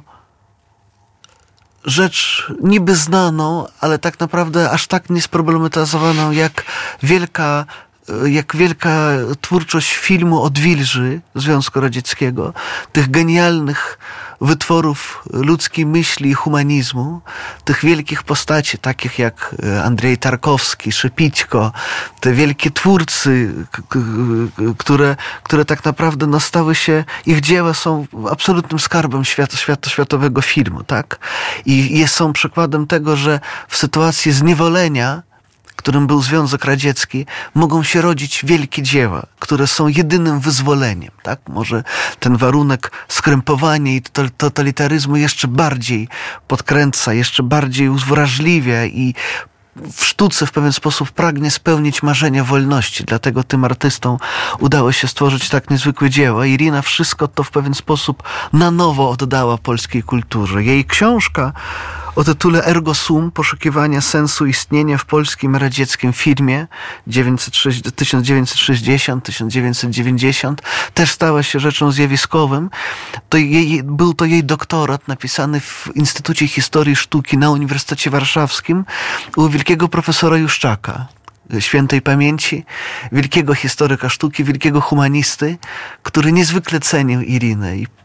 rzecz niby znaną, ale tak naprawdę aż tak niesproblematyzowaną jak wielka jak wielka twórczość filmu Odwilży Związku Radzieckiego, tych genialnych wytworów ludzkiej myśli i humanizmu, tych wielkich postaci, takich jak Andrzej Tarkowski, Szypićko, te wielkie twórcy, które, które tak naprawdę no, stały się, ich dzieła są absolutnym skarbem świata, świata, światowego filmu, tak? I, i są przykładem tego, że w sytuacji zniewolenia, którym był Związek Radziecki, mogą się rodzić wielkie dzieła, które są jedynym wyzwoleniem. Tak? Może ten warunek skrępowania i totalitaryzmu jeszcze bardziej podkręca, jeszcze bardziej uwrażliwia i w sztuce w pewien sposób pragnie spełnić marzenia wolności. Dlatego tym artystom udało się stworzyć tak niezwykłe dzieła. Irina wszystko to w pewien sposób na nowo oddała polskiej kulturze. Jej książka o tytule Ergo Sum, poszukiwania sensu istnienia w polskim radzieckim filmie tysiąc dziewięćset sześćdziesiąt do tysiąc dziewięćset dziewięćdziesiąt też stała się rzeczą zjawiskową. To jej, był to jej doktorat napisany w Instytucie Historii Sztuki na Uniwersytecie Warszawskim u wielkiego profesora Juszczaka, świętej pamięci, wielkiego historyka sztuki, wielkiego humanisty, który niezwykle cenił Irinę i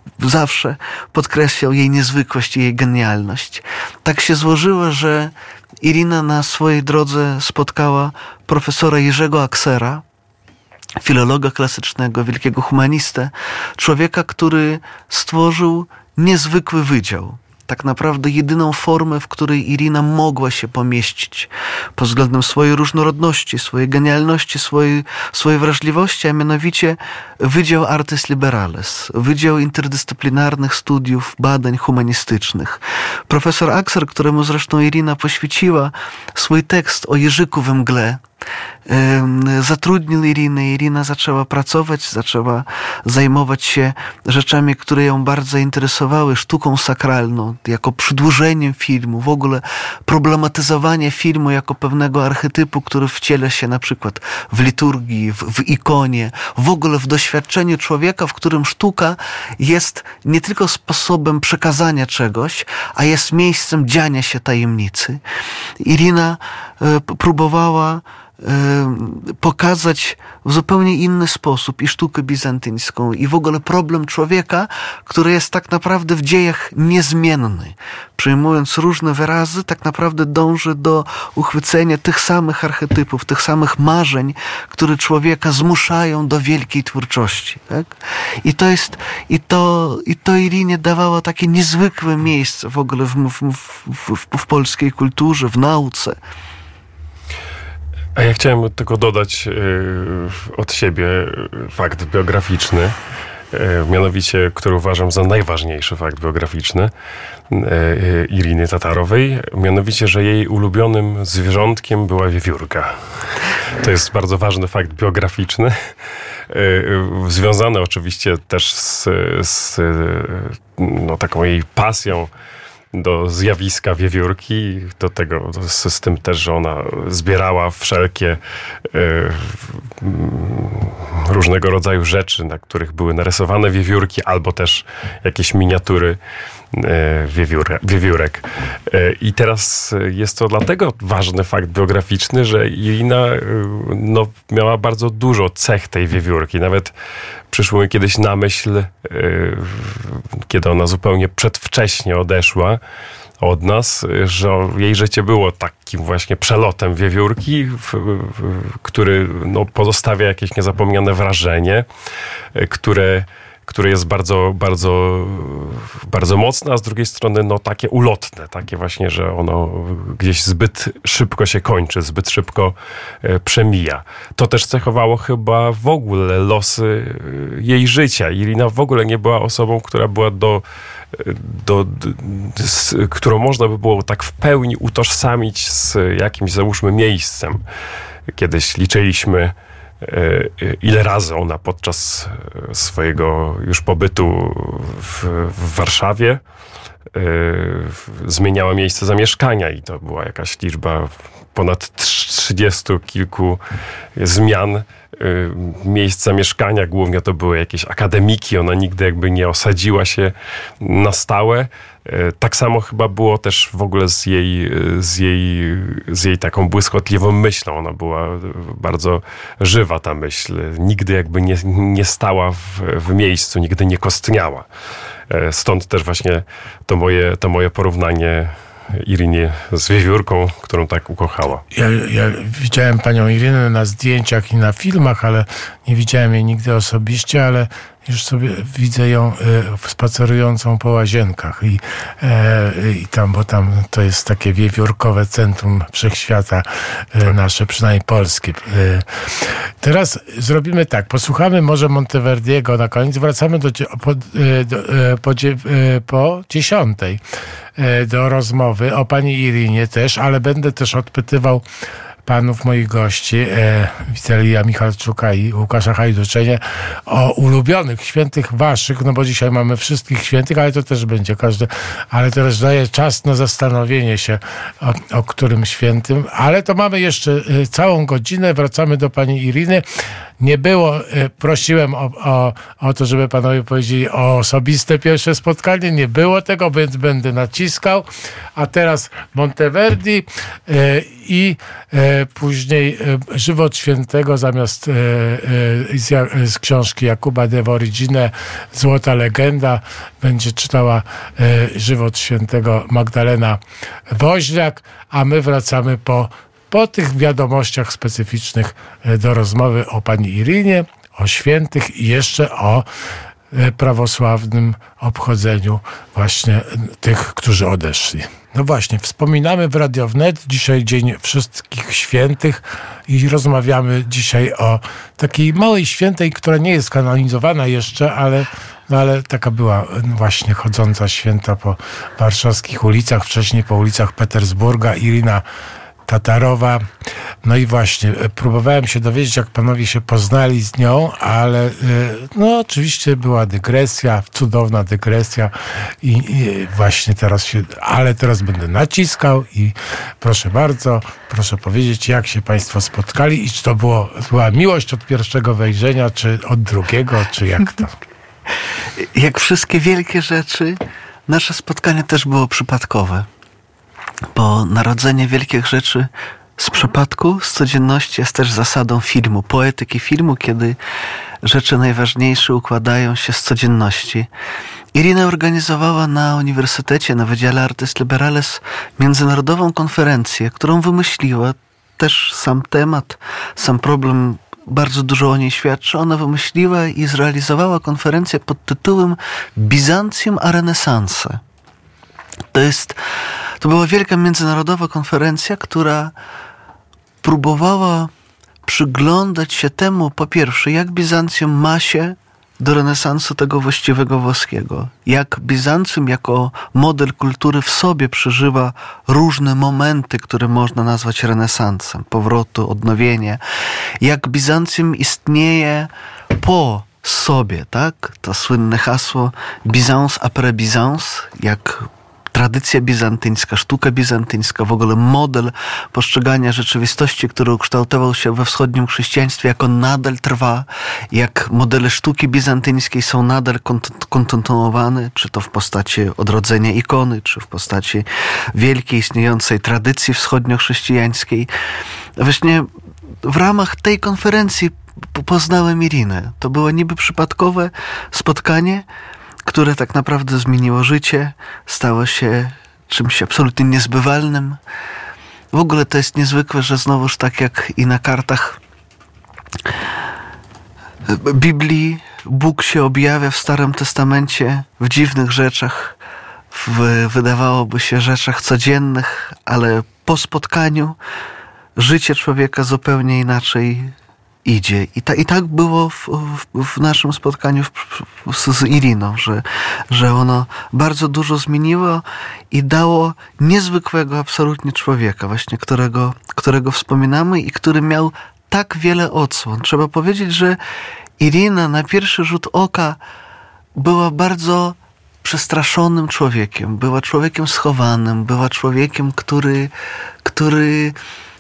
zawsze podkreślał jej niezwykłość i jej genialność. Tak się złożyło, że Irina na swojej drodze spotkała profesora Jerzego Aksera, filologa klasycznego, wielkiego humanistę, człowieka, który stworzył niezwykły wydział. Tak naprawdę jedyną formę, w której Irina mogła się pomieścić pod względem swojej różnorodności, swojej genialności, swojej, swojej wrażliwości, a mianowicie Wydział Artes Liberales, Wydział Interdyscyplinarnych Studiów Badań Humanistycznych. Profesor Akser, któremu zresztą Irina poświęciła swój tekst o Jerzyku we mgle, zatrudnił Irinę. Irina zaczęła pracować, zaczęła zajmować się rzeczami, które ją bardzo interesowały, sztuką sakralną, jako przedłużeniem filmu, w ogóle problematyzowanie filmu jako pewnego archetypu, który wciela się na przykład w liturgii, w, w ikonie, w ogóle w doświadczeniu człowieka, w którym sztuka jest nie tylko sposobem przekazania czegoś, a jest miejscem dziania się tajemnicy. Irina e, próbowała pokazać w zupełnie inny sposób i sztukę bizantyńską, i w ogóle problem człowieka, który jest tak naprawdę w dziejach niezmienny. Przyjmując różne wyrazy, tak naprawdę dąży do uchwycenia tych samych archetypów, tych samych marzeń, które człowieka zmuszają do wielkiej twórczości. Tak? I to jest, i to, i to Irinie dawało takie niezwykłe miejsce w ogóle w, w, w, w, w polskiej kulturze, w nauce. A ja chciałem tylko dodać yy, od siebie fakt biograficzny, yy, mianowicie, który uważam za najważniejszy fakt biograficzny yy, Iriny Tatarowej, mianowicie, że jej ulubionym zwierzątkiem była wiewiórka. To jest bardzo ważny fakt biograficzny, yy, związany oczywiście też z, z no, taką jej pasją do zjawiska wiewiórki, do tego, z, z tym też, że ona zbierała wszelkie y, y, różnego rodzaju rzeczy, na których były narysowane wiewiórki, albo też jakieś miniatury y, wiewióre, wiewiórek. Y, I teraz jest to dlatego ważny fakt biograficzny, że Irina y, no, miała bardzo dużo cech tej wiewiórki. Nawet przyszło mi kiedyś na myśl, yy, kiedy ona zupełnie przedwcześnie odeszła od nas, że jej życie było takim właśnie przelotem wiewiórki, w, w, który no, pozostawia jakieś niezapomniane wrażenie, yy, które, które jest bardzo, bardzo, bardzo mocne, a z drugiej strony no, takie ulotne, takie właśnie, że ono gdzieś zbyt szybko się kończy, zbyt szybko e, przemija. To też cechowało chyba w ogóle losy e, jej życia. Irina w ogóle nie była osobą, która była do, do, do z, którą można by było tak w pełni utożsamić z jakimś, załóżmy, miejscem. Kiedyś liczyliśmy, ile razy ona podczas swojego już pobytu w, w Warszawie zmieniała miejsce zamieszkania i to była jakaś liczba ponad trzydziestu kilku zmian miejsc zamieszkania. Głównie to były jakieś akademiki. Ona nigdy jakby nie osadziła się na stałe. Tak samo chyba było też w ogóle z jej, z jej, z jej taką błyskotliwą myślą. Ona była bardzo żywa, ta myśl. Nigdy jakby nie, nie stała w, w miejscu, nigdy nie kostniała. Stąd też właśnie to moje, to moje porównanie Irinie z wiewiórką, którą tak ukochała. Ja, ja widziałem panią Irinę na zdjęciach i na filmach, ale nie widziałem jej nigdy osobiście, ale już sobie widzę ją y, spacerującą po łazienkach i, y, i tam, bo tam to jest takie wiewiórkowe centrum wszechświata y, nasze, przynajmniej polskie. Y. Teraz zrobimy tak, posłuchamy może Monteverdiego na koniec, wracamy do, po, y, do, y, po, y, po dziesiątej y, do rozmowy o pani Irinie też, ale będę też odpytywał panów moich gości, e, Witalia Michalczuka i Łukasza Hajduczenia, o ulubionych świętych waszych, no bo dzisiaj mamy wszystkich świętych, ale to też będzie każdy, ale to też daje czas na zastanowienie się o, o którym świętym, ale to mamy jeszcze e, całą godzinę, wracamy do pani Iriny. Nie było, e, prosiłem o, o, o to, żeby panowie powiedzieli o osobiste pierwsze spotkanie. Nie było tego, więc będę naciskał. A teraz Monteverdi e, i e, później e, Żywot Świętego zamiast e, e, z, z książki Jakuba de Vorigine Złota Legenda będzie czytała e, Żywot Świętego Magdalena Woźniak, a my wracamy po Po tych wiadomościach specyficznych do rozmowy o pani Irinie, o świętych i jeszcze o prawosławnym obchodzeniu właśnie tych, którzy odeszli. No właśnie, wspominamy w Radio Wnet dzisiaj Dzień Wszystkich Świętych i rozmawiamy dzisiaj o takiej małej świętej, która nie jest kanonizowana jeszcze, ale, no ale taka była właśnie chodząca święta po warszawskich ulicach, wcześniej po ulicach Petersburga, Irina Tatarowa. No i właśnie, próbowałem się dowiedzieć, jak panowie się poznali z nią, ale no oczywiście była dygresja, cudowna dygresja i, i właśnie teraz się, ale teraz będę naciskał i proszę bardzo, proszę powiedzieć, jak się państwo spotkali i czy to było, była miłość od pierwszego wejrzenia, czy od drugiego, czy jak to? Jak wszystkie wielkie rzeczy, nasze spotkanie też było przypadkowe. Bo narodzenie wielkich rzeczy z przypadku, z codzienności jest też zasadą filmu, poetyki filmu, kiedy rzeczy najważniejsze układają się z codzienności. Irina organizowała na uniwersytecie, na Wydziale Artes Liberales międzynarodową konferencję, którą wymyśliła. Też sam temat, sam problem bardzo dużo o niej świadczy. Ona wymyśliła i zrealizowała konferencję pod tytułem Bizancjum a renesanse. To jest, to była wielka międzynarodowa konferencja, która próbowała przyglądać się temu, po pierwsze, jak Bizancjum ma się do renesansu tego właściwego włoskiego. Jak Bizancjum jako model kultury w sobie przeżywa różne momenty, które można nazwać renesansem, powrotu, odnowienia. Jak Bizancjum istnieje po sobie, tak? To słynne hasło Byzance après Byzance, jak tradycja bizantyńska, sztuka bizantyńska, w ogóle model postrzegania rzeczywistości, który ukształtował się we wschodnim chrześcijaństwie, jako nadal trwa, jak modele sztuki bizantyńskiej są nadal kontynuowane, czy to w postaci odrodzenia ikony, czy w postaci wielkiej istniejącej tradycji wschodnio-chrześcijańskiej. Właśnie w ramach tej konferencji poznałem Irinę. To było niby przypadkowe spotkanie, które tak naprawdę zmieniło życie, stało się czymś absolutnie niezbywalnym. W ogóle to jest niezwykłe, że znowuż tak jak i na kartach Biblii, Bóg się objawia w Starym Testamencie w dziwnych rzeczach, w wydawałoby się rzeczach codziennych, ale po spotkaniu życie człowieka zupełnie inaczej idzie. I, ta, i tak było w, w, w naszym spotkaniu w, w, z Iriną, że, że ono bardzo dużo zmieniło i dało niezwykłego absolutnie człowieka, właśnie którego, którego wspominamy i który miał tak wiele odsłon. Trzeba powiedzieć, że Irina na pierwszy rzut oka była bardzo przestraszonym człowiekiem. Była człowiekiem schowanym, była człowiekiem, który, który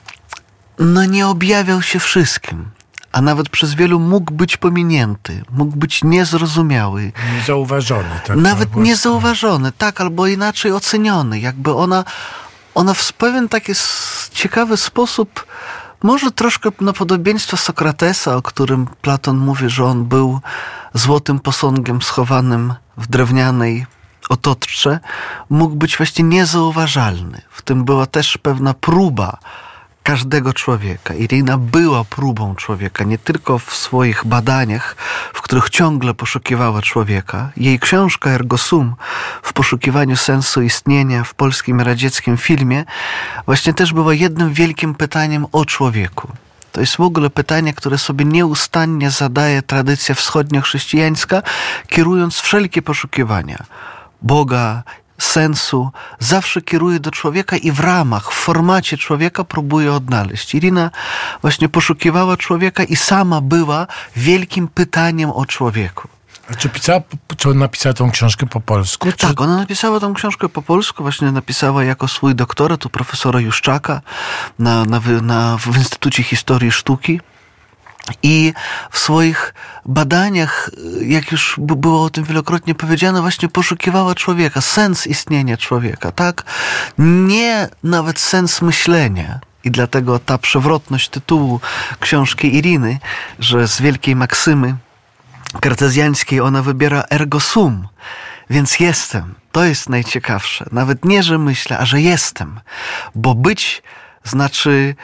no nie objawiał się wszystkim. A nawet przez wielu mógł być pominięty, mógł być niezrozumiały. Niezauważony. Tak, nawet niezauważony, tak, albo inaczej oceniony. Jakby ona, ona w pewien taki ciekawy sposób, może troszkę na podobieństwo Sokratesa, o którym Platon mówi, że on był złotym posągiem schowanym w drewnianej otoczce, mógł być właśnie niezauważalny. W tym była też pewna próba każdego człowieka. Irina była próbą człowieka, nie tylko w swoich badaniach, w których ciągle poszukiwała człowieka. Jej książka Ergo Sum, w poszukiwaniu sensu istnienia w polskim i radzieckim filmie, właśnie też była jednym wielkim pytaniem o człowieku. To jest w ogóle pytanie, które sobie nieustannie zadaje tradycja wschodnio-chrześcijańska, kierując wszelkie poszukiwania Boga, sensu, zawsze kieruje do człowieka i w ramach, w formacie człowieka próbuje odnaleźć. Irina właśnie poszukiwała człowieka i sama była wielkim pytaniem o człowieku. A czy, pisała, czy ona napisała tą książkę po polsku? Czy... Tak, ona napisała tą książkę po polsku, właśnie napisała jako swój doktorat u profesora Juszczaka na, na, na, w Instytucie Historii Sztuki. I w swoich badaniach, jak już było o tym wielokrotnie powiedziane, właśnie poszukiwała człowieka, sens istnienia człowieka, tak? Nie nawet sens myślenia. I dlatego ta przewrotność tytułu książki Iriny, że z wielkiej maksymy kartezjańskiej ona wybiera ergo sum, więc jestem. To jest najciekawsze. Nawet nie, że myślę, a że jestem. Bo być znaczy...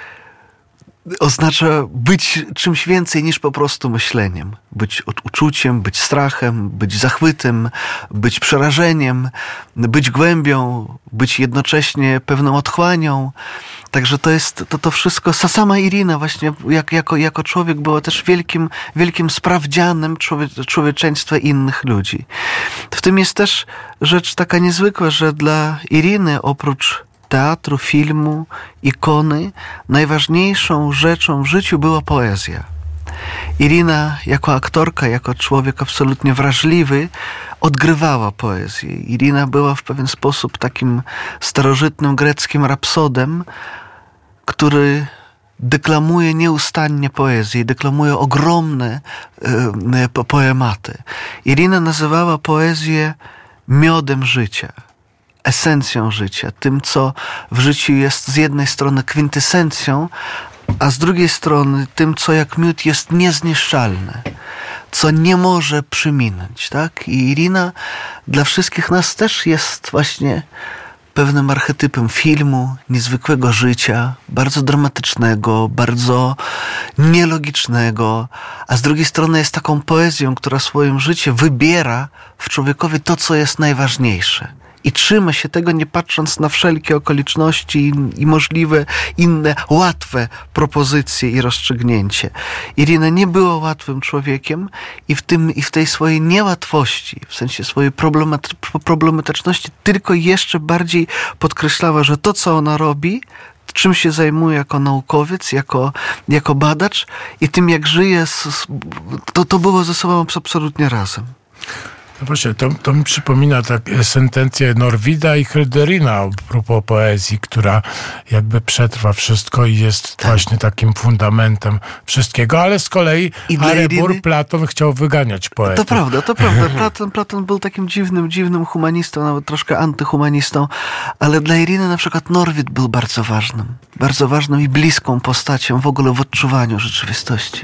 oznacza być czymś więcej niż po prostu myśleniem. Być uczuciem, być strachem, być zachwytem, być przerażeniem, być głębią, być jednocześnie pewną otchłanią. Także to jest to, to wszystko. Sama Irina właśnie jak, jako, jako człowiek była też wielkim, wielkim sprawdzianem człowie, człowieczeństwa innych ludzi. W tym jest też rzecz taka niezwykła, że dla Iriny oprócz teatru, filmu, ikony, najważniejszą rzeczą w życiu była poezja. Irina jako aktorka, jako człowiek absolutnie wrażliwy, odgrywała poezję. Irina była w pewien sposób takim starożytnym greckim rapsodem, który deklamuje nieustannie poezję, deklamuje ogromne y, poematy. Irina nazywała poezję miodem życia, esencją życia, tym, co w życiu jest z jednej strony kwintesencją, a z drugiej strony tym, co jak miód jest niezniszczalne, co nie może przyminąć, tak? I Irina dla wszystkich nas też jest właśnie pewnym archetypem filmu, niezwykłego życia, bardzo dramatycznego, bardzo nielogicznego, a z drugiej strony jest taką poezją, która swoim życiem wybiera w człowiekowi to, co jest najważniejsze. I trzyma się tego, nie patrząc na wszelkie okoliczności i, i możliwe inne, łatwe propozycje i rozstrzygnięcie. Irina nie była łatwym człowiekiem i w tym, i w tej swojej niełatwości, w sensie swojej problematy- problematyczności, tylko jeszcze bardziej podkreślała, że to, co ona robi, czym się zajmuje jako naukowiec, jako, jako badacz i tym, jak żyje, to, to było ze sobą absolutnie razem. No właśnie, to, to mi przypomina tak sentencję Norwida i Hölderlina a propos poezji, która jakby przetrwa wszystko i jest tak. właśnie takim fundamentem wszystkiego, ale z kolei Arebur, Iriny... Platon chciał wyganiać poetów. To prawda, to prawda. Platon, Platon był takim dziwnym, dziwnym humanistą, nawet troszkę antyhumanistą, ale dla Iriny na przykład Norwid był bardzo ważnym, bardzo ważną i bliską postacią w ogóle w odczuwaniu rzeczywistości.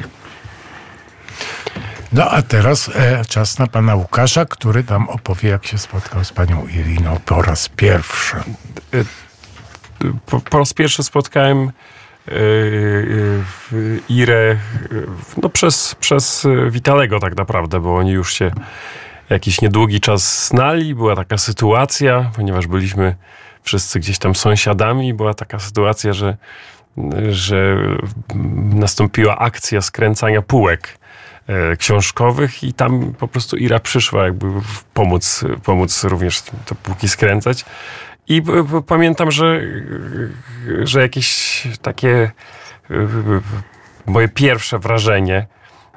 No a teraz e, czas na pana Łukasza, który nam opowie, jak się spotkał z panią Iriną po raz pierwszy. Po, po raz pierwszy spotkałem yy, yy, Irę yy, no przez, przez Witalego tak naprawdę, bo oni już się jakiś niedługi czas znali. Była taka sytuacja, ponieważ byliśmy wszyscy gdzieś tam sąsiadami, była taka sytuacja, że, że nastąpiła akcja skręcania półek książkowych i tam po prostu Ira przyszła jakby pomóc, pomóc również te półki skręcać. I p- pamiętam, że, że jakieś takie moje pierwsze wrażenie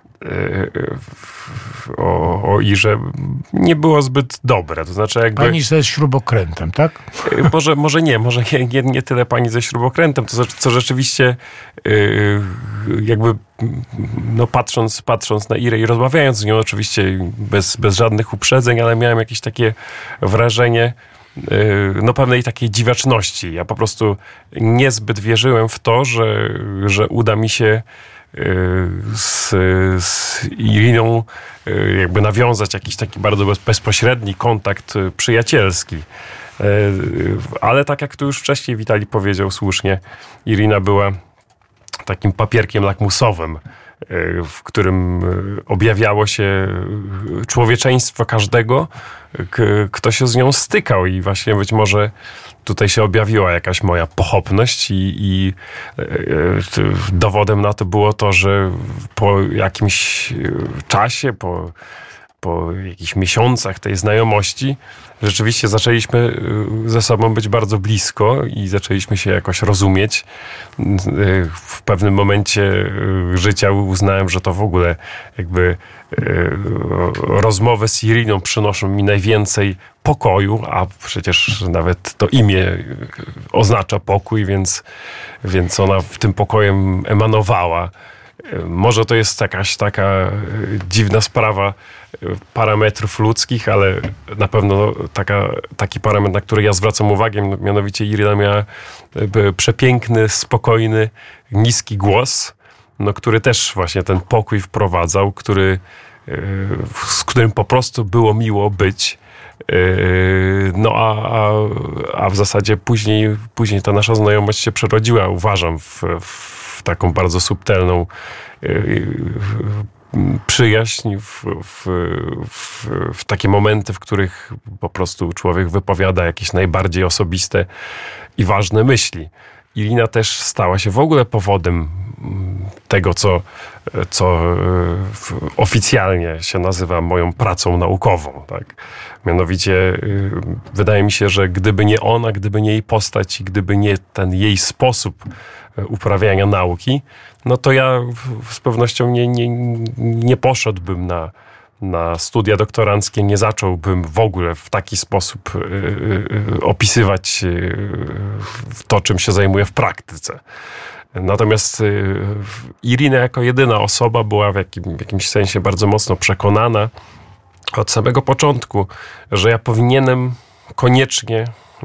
o, o Irze nie było zbyt dobre. To znaczy jakby... Pani ze śrubokrętem, tak? Może, może nie, może nie, nie tyle pani ze śrubokrętem, to co rzeczywiście jakby no patrząc, patrząc na Irę i rozmawiając z nią oczywiście bez, bez żadnych uprzedzeń, ale miałem jakieś takie wrażenie no pewnej takiej dziwaczności. Ja po prostu niezbyt wierzyłem w to, że, że uda mi się z, z Iriną jakby nawiązać jakiś taki bardzo bezpośredni kontakt przyjacielski. Ale tak jak tu już wcześniej Witali powiedział słusznie, Irina była takim papierkiem lakmusowym, w którym objawiało się człowieczeństwo każdego, k- kto się z nią stykał i właśnie być może tutaj się objawiła jakaś moja pochopność i, i dowodem na to było to, że po jakimś czasie, po, po jakichś miesiącach tej znajomości rzeczywiście zaczęliśmy ze sobą być bardzo blisko i zaczęliśmy się jakoś rozumieć. W pewnym momencie życia uznałem, że to w ogóle jakby rozmowy z Iriną przynoszą mi najwięcej pokoju, a przecież nawet to imię oznacza pokój, więc, więc ona w tym pokojem emanowała. Może to jest jakaś taka dziwna sprawa parametrów ludzkich, ale na pewno taka, taki parametr, na który ja zwracam uwagę, mianowicie Irina miała przepiękny, spokojny, niski głos, no, który też właśnie ten pokój wprowadzał, który, z którym po prostu było miło być. No a, a, a w zasadzie później, później ta nasza znajomość się przerodziła, uważam, w, w taką bardzo subtelną przyjaźń, w, w, w, w takie momenty, w których po prostu człowiek wypowiada jakieś najbardziej osobiste i ważne myśli. Irina też stała się w ogóle powodem tego, co, co oficjalnie się nazywa moją pracą naukową. Tak? Mianowicie wydaje mi się, że gdyby nie ona, gdyby nie jej postać i gdyby nie ten jej sposób uprawiania nauki, no to ja z pewnością nie, nie, nie poszedłbym na, na studia doktoranckie, nie zacząłbym w ogóle w taki sposób y, y, opisywać y, to, czym się zajmuję w praktyce. Natomiast y, Irina jako jedyna osoba była w, jakim, w jakimś sensie bardzo mocno przekonana od samego początku, że ja powinienem koniecznie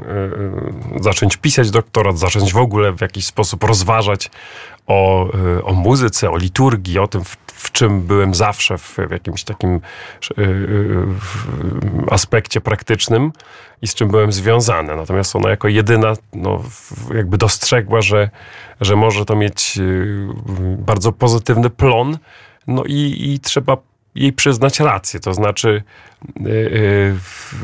zacząć pisać doktorat, zacząć w ogóle w jakiś sposób rozważać o, o muzyce, o liturgii, o tym, w, w czym byłem zawsze, w, w jakimś takim w aspekcie praktycznym i z czym byłem związany. Natomiast ona jako jedyna no, jakby dostrzegła, że, że może to mieć bardzo pozytywny plon, no i, i trzeba jej przyznać rację, to znaczy yy, yy,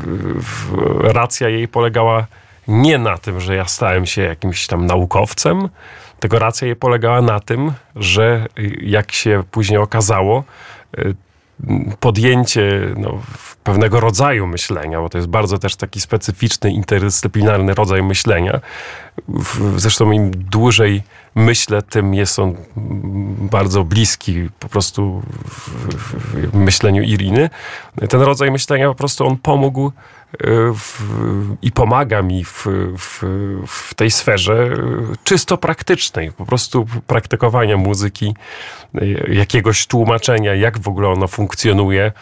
racja jej polegała nie na tym, że ja stałem się jakimś tam naukowcem, tylko racja jej polegała na tym, że jak się później okazało, yy, podjęcie no, pewnego rodzaju myślenia, bo to jest bardzo też taki specyficzny, interdyscyplinarny rodzaj myślenia. Zresztą im dłużej myślę, tym jest on bardzo bliski po prostu w myśleniu Iriny. Ten rodzaj myślenia po prostu on pomógł w, i pomaga mi w, w, w tej sferze czysto praktycznej, po prostu praktykowania muzyki, jakiegoś tłumaczenia, jak w ogóle ono funkcjonuje,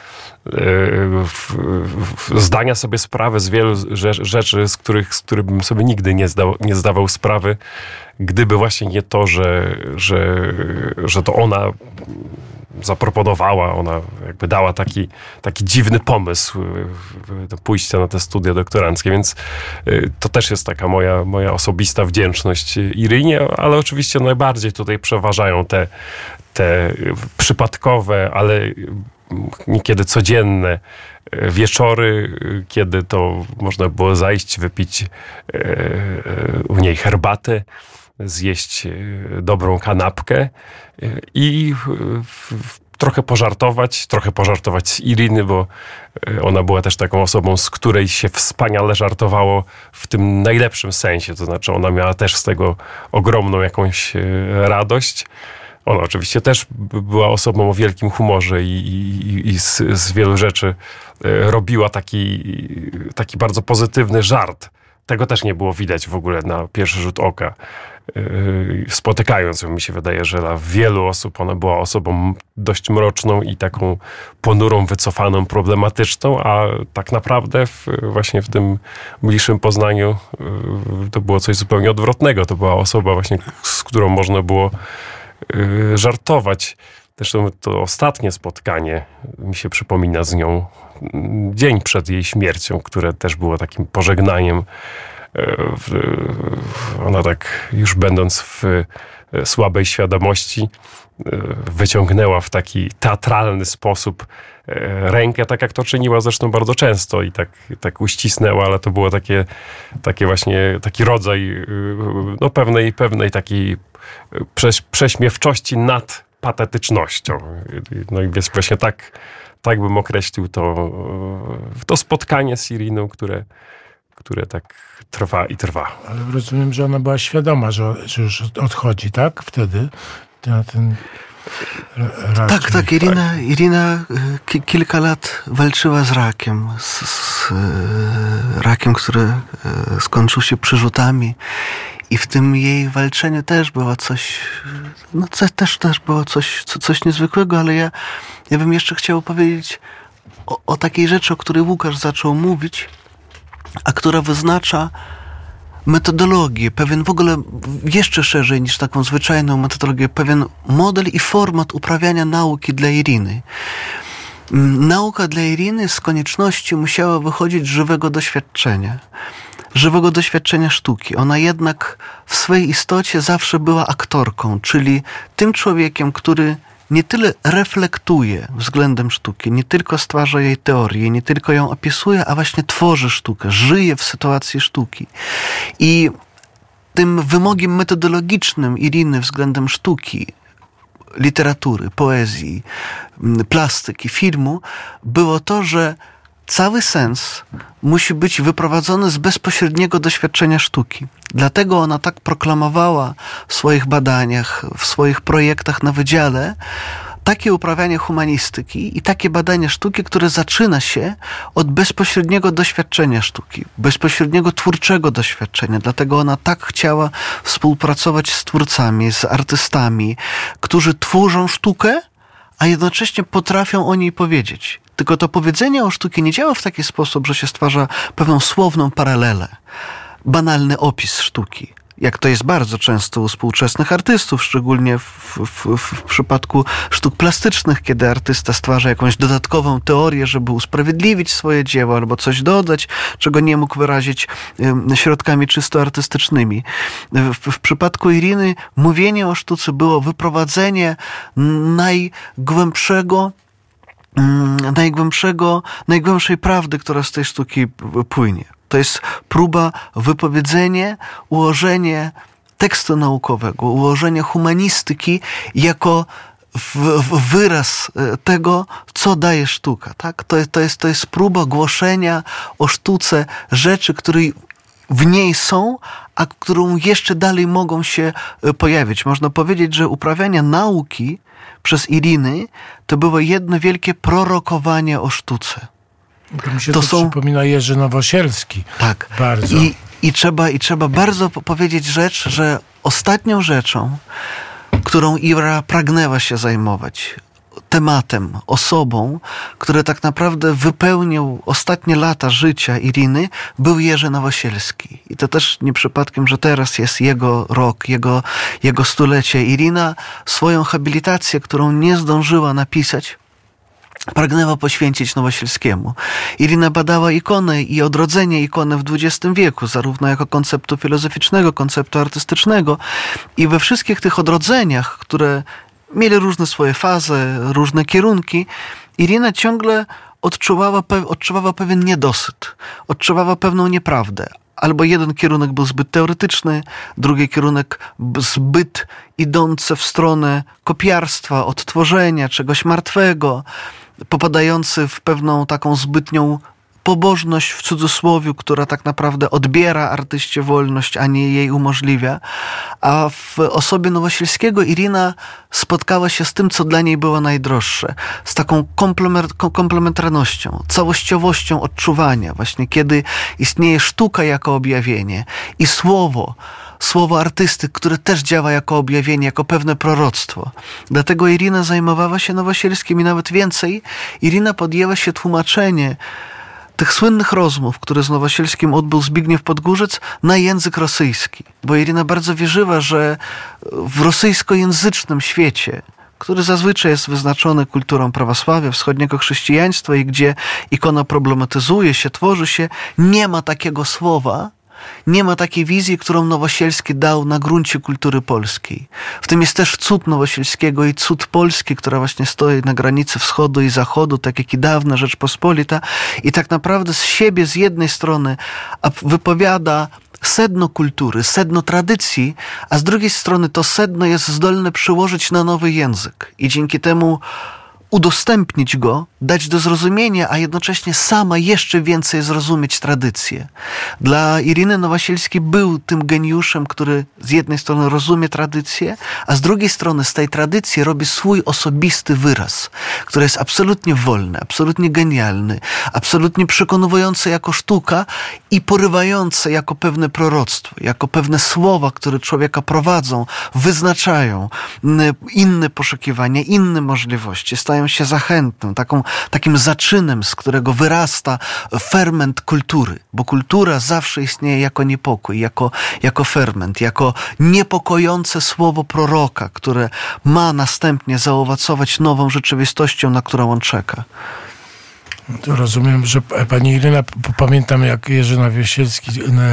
zdania sobie sprawy z wielu rzeczy, z których, z których bym sobie nigdy nie, zdał, nie zdawał sprawy, gdyby właśnie nie to, że, że, że to ona zaproponowała, ona jakby dała taki, taki dziwny pomysł do pójścia na te studia doktoranckie, więc to też jest taka moja, moja osobista wdzięczność Irynie, ale oczywiście najbardziej tutaj przeważają te, te przypadkowe, ale niekiedy codzienne wieczory, kiedy to można było zajść, wypić u niej herbatę, zjeść dobrą kanapkę i trochę pożartować, trochę pożartować z Iriny, bo ona była też taką osobą, z której się wspaniale żartowało w tym najlepszym sensie, to znaczy ona miała też z tego ogromną jakąś radość. Ona oczywiście też była osobą o wielkim humorze i, i, i z, z wielu rzeczy robiła taki, taki bardzo pozytywny żart. Tego też nie było widać w ogóle na pierwszy rzut oka. Spotykając ją, mi się wydaje, że dla wielu osób ona była osobą dość mroczną i taką ponurą, wycofaną, problematyczną, a tak naprawdę w, właśnie w tym bliższym poznaniu to było coś zupełnie odwrotnego. To była osoba właśnie, z którą można było żartować. Zresztą to ostatnie spotkanie mi się przypomina z nią dzień przed jej śmiercią, które też było takim pożegnaniem. Ona tak już będąc w słabej świadomości wyciągnęła w taki teatralny sposób rękę, tak jak to czyniła zresztą bardzo często i tak, tak uścisnęła, ale to było takie, takie właśnie taki rodzaj no pewnej, pewnej takiej prześ, prześmiewczości nad patetycznością. No i więc właśnie tak, tak bym określił to, to spotkanie z Iriną, które, które tak trwa i trwa. Ale rozumiem, że ona była świadoma, że, że już odchodzi, tak? Wtedy na ten rak. Tak, tak. Irina, Irina ki- kilka lat walczyła z rakiem. Z, z rakiem, który skończył się przyrzutami. I w tym jej walczeniu też było coś, no też, też było coś, coś niezwykłego, ale ja, ja bym jeszcze chciał powiedzieć o, o takiej rzeczy, o której Łukasz zaczął mówić, a która wyznacza metodologię, pewien w ogóle jeszcze szerzej niż taką zwyczajną metodologię, pewien model i format uprawiania nauki dla Iriny. Nauka dla Iriny z konieczności musiała wychodzić z żywego doświadczenia. Żywego doświadczenia sztuki. Ona jednak w swej istocie zawsze była aktorką, czyli tym człowiekiem, który nie tyle reflektuje względem sztuki, nie tylko stwarza jej teorię, nie tylko ją opisuje, a właśnie tworzy sztukę, żyje w sytuacji sztuki. I tym wymogiem metodologicznym Iriny względem sztuki, literatury, poezji, plastyki, filmu, było to, że cały sens musi być wyprowadzony z bezpośredniego doświadczenia sztuki. Dlatego ona tak proklamowała w swoich badaniach, w swoich projektach na wydziale takie uprawianie humanistyki i takie badanie sztuki, które zaczyna się od bezpośredniego doświadczenia sztuki, bezpośredniego twórczego doświadczenia. Dlatego ona tak chciała współpracować z twórcami, z artystami, którzy tworzą sztukę, a jednocześnie potrafią o niej powiedzieć. Tylko to powiedzenie o sztuce nie działa w taki sposób, że się stwarza pewną słowną paralelę, banalny opis sztuki, jak to jest bardzo często u współczesnych artystów, szczególnie w, w, w przypadku sztuk plastycznych, kiedy artysta stwarza jakąś dodatkową teorię, żeby usprawiedliwić swoje dzieło albo coś dodać, czego nie mógł wyrazić y, środkami czysto artystycznymi. W, w przypadku Iriny mówienie o sztuce było wyprowadzenie najgłębszego najgłębszego, najgłębszej prawdy, która z tej sztuki płynie. To jest próba wypowiedzenia, ułożenie tekstu naukowego, ułożenie humanistyki jako w, w wyraz tego, co daje sztuka. Tak? To, jest, to, jest, to jest próba głoszenia o sztuce rzeczy, które w niej są, a którą jeszcze dalej mogą się pojawić. Można powiedzieć, że uprawianie nauki przez Iriny to było jedno wielkie prorokowanie o sztuce. To mi się to, to są... przypomina Jerzy Nowosielski. Tak. Bardzo. I, i, trzeba, I trzeba bardzo powiedzieć rzecz, że ostatnią rzeczą, którą Ira pragnęła się zajmować, tematem, osobą, który tak naprawdę wypełnił ostatnie lata życia Iriny, był Jerzy Nowosielski. I to też nie przypadkiem, że teraz jest jego rok, jego, jego stulecie. Irina swoją habilitację, którą nie zdążyła napisać, pragnęła poświęcić Nowosielskiemu. Irina badała ikony i odrodzenie ikony w dwudziestym wieku, zarówno jako konceptu filozoficznego, konceptu artystycznego. I we wszystkich tych odrodzeniach, które mieli różne swoje fazy, różne kierunki, Irina ciągle odczuwała, odczuwała pewien niedosyt, odczuwała pewną nieprawdę. Albo jeden kierunek był zbyt teoretyczny, drugi kierunek zbyt idący w stronę kopiarstwa, odtworzenia, czegoś martwego, popadający w pewną taką zbytnią pobożność w cudzysłowiu, która tak naprawdę odbiera artyście wolność, a nie jej umożliwia. A w osobie Nowosielskiego Irina spotkała się z tym, co dla niej było najdroższe. Z taką komplementarnością, całościowością odczuwania. Właśnie kiedy istnieje sztuka jako objawienie i słowo, słowo artysty, które też działa jako objawienie, jako pewne proroctwo. Dlatego Irina zajmowała się Nowosielskim i nawet więcej. Irina podjęła się tłumaczenie tych słynnych rozmów, które z Nowosielskim odbył Zbigniew Podgórzec, na język rosyjski. Bo Irina bardzo wierzyła, że w rosyjskojęzycznym świecie, który zazwyczaj jest wyznaczony kulturą prawosławia, wschodniego chrześcijaństwa i gdzie ikona problematyzuje się, tworzy się, nie ma takiego słowa, nie ma takiej wizji, którą Nowosielski dał na gruncie kultury polskiej. W tym jest też cud Nowosielskiego i cud Polski, która właśnie stoi na granicy wschodu i zachodu, tak jak i dawna Rzeczpospolita, i tak naprawdę z siebie z jednej strony wypowiada sedno kultury, sedno tradycji, a z drugiej strony to sedno jest zdolne przyłożyć na nowy język i dzięki temu udostępnić go dać do zrozumienia, a jednocześnie sama jeszcze więcej zrozumieć tradycję. Dla Iriny Nowosielskiej był tym geniuszem, który z jednej strony rozumie tradycję, a z drugiej strony z tej tradycji robi swój osobisty wyraz, który jest absolutnie wolny, absolutnie genialny, absolutnie przekonujący jako sztuka i porywający jako pewne proroctwo, jako pewne słowa, które człowieka prowadzą, wyznaczają inne poszukiwania, inne możliwości, stają się zachętą, taką, takim zaczynem, z którego wyrasta ferment kultury, bo kultura zawsze istnieje jako niepokój, jako, jako ferment, jako niepokojące słowo proroka, które ma następnie zaowocować nową rzeczywistością, na którą on czeka. Rozumiem, że pani Iryna, pamiętam jak Jerzy Nowosielski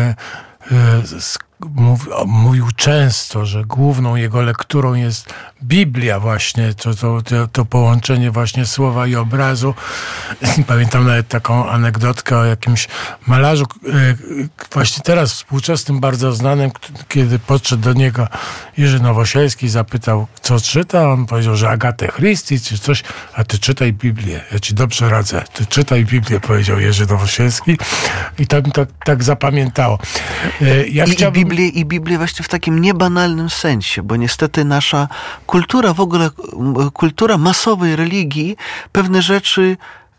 mówił często, że główną jego lekturą jest Biblia właśnie, to, to, to, to połączenie właśnie słowa i obrazu. Pamiętam nawet taką anegdotkę o jakimś malarzu, właśnie teraz współczesnym, bardzo znanym, kiedy podszedł do niego Jerzy Nowosielski, zapytał, co czyta, on powiedział, że Agatę Christie czy coś, a ty czytaj Biblię, ja ci dobrze radzę, ty czytaj Biblię, powiedział Jerzy Nowosielski i to mi tak, tak zapamiętało. Ja I, chciałbym... i, Biblię, I Biblię właśnie w takim niebanalnym sensie, bo niestety nasza kultura, w ogóle kultura masowej religii pewne rzeczy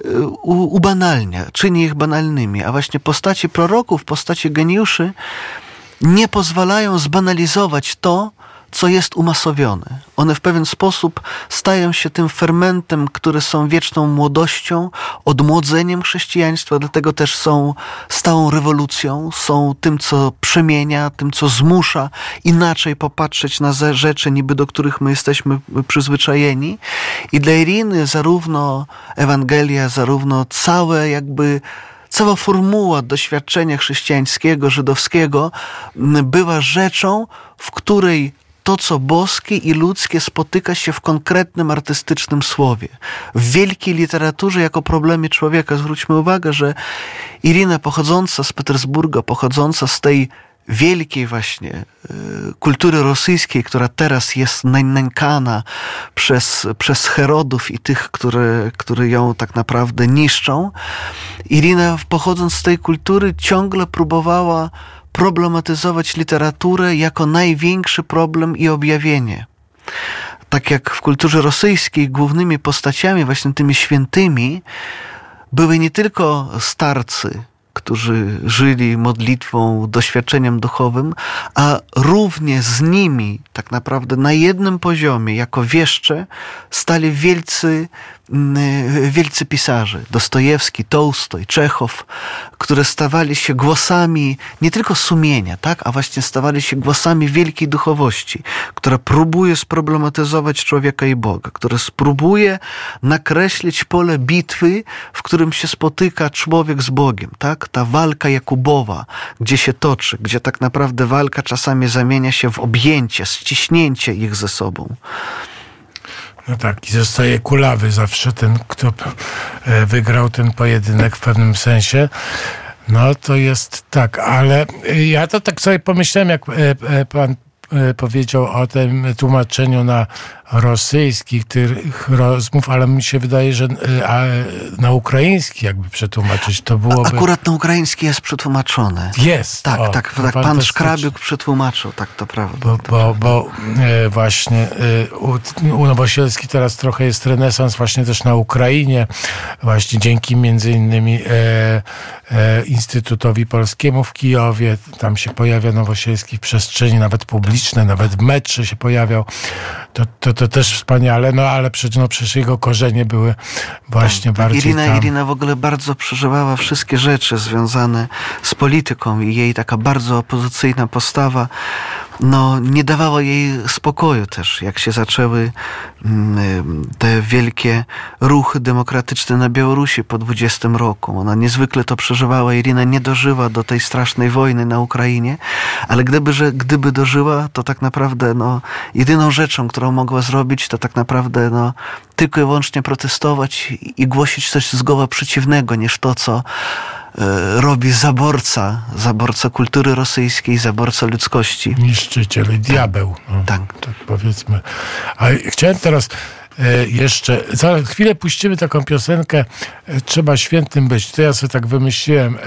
ubanalnia, czyni ich banalnymi, a właśnie postacie proroków, postacie geniuszy nie pozwalają zbanalizować to, co jest umasowione. One w pewien sposób stają się tym fermentem, które są wieczną młodością, odmłodzeniem chrześcijaństwa, dlatego też są stałą rewolucją, są tym, co przemienia, tym, co zmusza inaczej popatrzeć na rzeczy, niby do których my jesteśmy przyzwyczajeni. I dla Iriny zarówno Ewangelia, zarówno całe jakby cała formuła doświadczenia chrześcijańskiego, żydowskiego była rzeczą, w której to, co boskie i ludzkie, spotyka się w konkretnym artystycznym słowie. W wielkiej literaturze jako problemie człowieka. Zwróćmy uwagę, że Irina pochodząca z Petersburga, pochodząca z tej wielkiej właśnie y, kultury rosyjskiej, która teraz jest nękana przez, przez Herodów i tych, które, które ją tak naprawdę niszczą. Irina, pochodząc z tej kultury, ciągle próbowała problematyzować literaturę jako największy problem i objawienie. Tak jak w kulturze rosyjskiej głównymi postaciami, właśnie tymi świętymi, były nie tylko starcy, którzy żyli modlitwą, doświadczeniem duchowym, a równie z nimi, tak naprawdę na jednym poziomie, jako wieszcze, stali wielcy, wielcy pisarze. Dostojewski, Tołstoj, Czechow, które stawali się głosami nie tylko sumienia, tak, a właśnie stawali się głosami wielkiej duchowości, która próbuje sproblematyzować człowieka i Boga, która spróbuje nakreślić pole bitwy, w którym się spotyka człowiek z Bogiem, tak? Ta walka Jakubowa, gdzie się toczy, gdzie tak naprawdę walka czasami zamienia się w objęcie, ściśnięcie ich ze sobą. No tak, i zostaje kulawy zawsze ten, kto wygrał ten pojedynek w pewnym sensie. No to jest tak, ale ja to tak sobie pomyślałem, jak pan powiedział o tym tłumaczeniu na rosyjskich tych rozmów, ale mi się wydaje, że na ukraiński jakby przetłumaczyć, to byłoby... Akurat na ukraiński jest przetłumaczony. Jest. Tak, o, tak, tak. Pan Szkrabiuk przetłumaczył, tak, to prawda. Bo, bo, bo e, właśnie e, u, u Nowosielski teraz trochę jest renesans właśnie też na Ukrainie, właśnie dzięki między innymi e, e, Instytutowi Polskiemu w Kijowie, tam się pojawia Nowosielski w przestrzeni nawet publicznej, nawet w metrze się pojawiał. To, to, to też wspaniale, no ale przecież, no, przecież jego korzenie były właśnie tak, bardziej Irina, tam. Irina w ogóle bardzo przeżywała wszystkie rzeczy związane z polityką i jej taka bardzo opozycyjna postawa no, nie dawała jej spokoju też, jak się zaczęły te wielkie ruchy demokratyczne na Białorusi po dwudziestym roku. Ona niezwykle to przeżywała. Irina nie dożyła do tej strasznej wojny na Ukrainie, ale gdyby, że, gdyby dożyła, to tak naprawdę no, jedyną rzeczą, którą mogła zrobić, to tak naprawdę no, tylko i wyłącznie protestować i głosić coś zgoła przeciwnego niż to, co robi zaborca, zaborca kultury rosyjskiej, zaborca ludzkości. Niszczyciel i diabeł. No, tak. tak powiedzmy. A chciałem teraz jeszcze, za chwilę puścimy taką piosenkę Trzeba świętym być. To ja sobie tak wymyśliłem,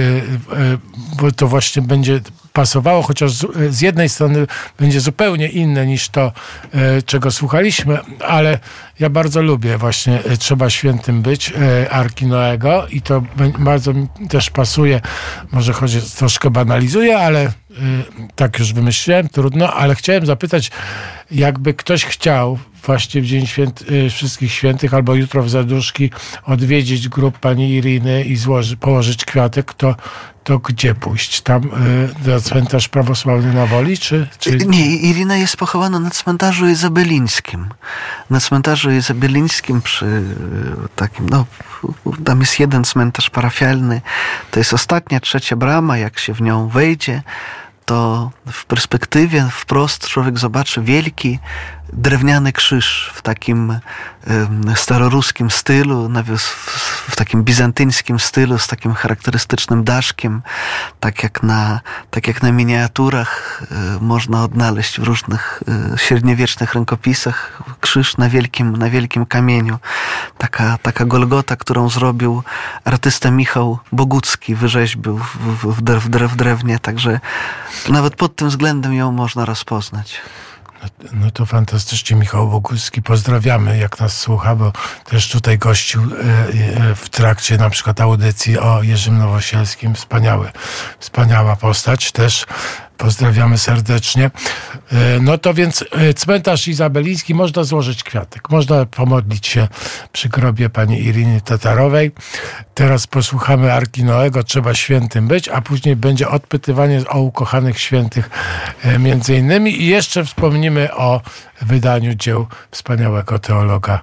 bo to właśnie będzie pasowało, chociaż z, z jednej strony będzie zupełnie inne niż to, czego słuchaliśmy, ale ja bardzo lubię właśnie Trzeba świętym być Arki Noego i to bardzo mi też pasuje, może choć troszkę banalizuję, ale tak już wymyśliłem, trudno, ale chciałem zapytać, jakby ktoś chciał właśnie w Dzień Święt, Wszystkich Świętych albo jutro w Zaduszki odwiedzić grób pani Iriny i złoży, położyć kwiatek, to, to gdzie pójść? Tam y, na cmentarz prawosławny na Woli? Czy, czy... Nie, Irina jest pochowana na cmentarzu izabelińskim. Na cmentarzu izabelińskim przy takim, no, tam jest jeden cmentarz parafialny. To jest ostatnia, trzecia brama. Jak się w nią wejdzie, to w perspektywie wprost człowiek zobaczy wielki drewniany krzyż w takim y, staroruskim stylu, nawet w, w takim bizantyńskim stylu, z takim charakterystycznym daszkiem, tak jak na, tak jak na miniaturach y, można odnaleźć w różnych y, średniowiecznych rękopisach krzyż na wielkim, na wielkim kamieniu. Taka, taka Golgota, którą zrobił artysta Michał Bogucki, wyrzeźbił w, w, w, drew, w drewnie, także nawet pod tym względem ją można rozpoznać. No, no to fantastycznie, Michał Bogucki. Pozdrawiamy, jak nas słucha, bo też tutaj gościł e, e, w trakcie na przykład audycji o Jerzym Nowosielskim. Wspaniały, wspaniała postać też. Pozdrawiamy serdecznie. No to więc cmentarz izabeliński, można złożyć kwiatek, można pomodlić się przy grobie pani Iriny Tatarowej. Teraz posłuchamy Arki Noego, Trzeba świętym być, a później będzie odpytywanie o ukochanych świętych między innymi i jeszcze wspomnimy o wydaniu dzieł wspaniałego teologa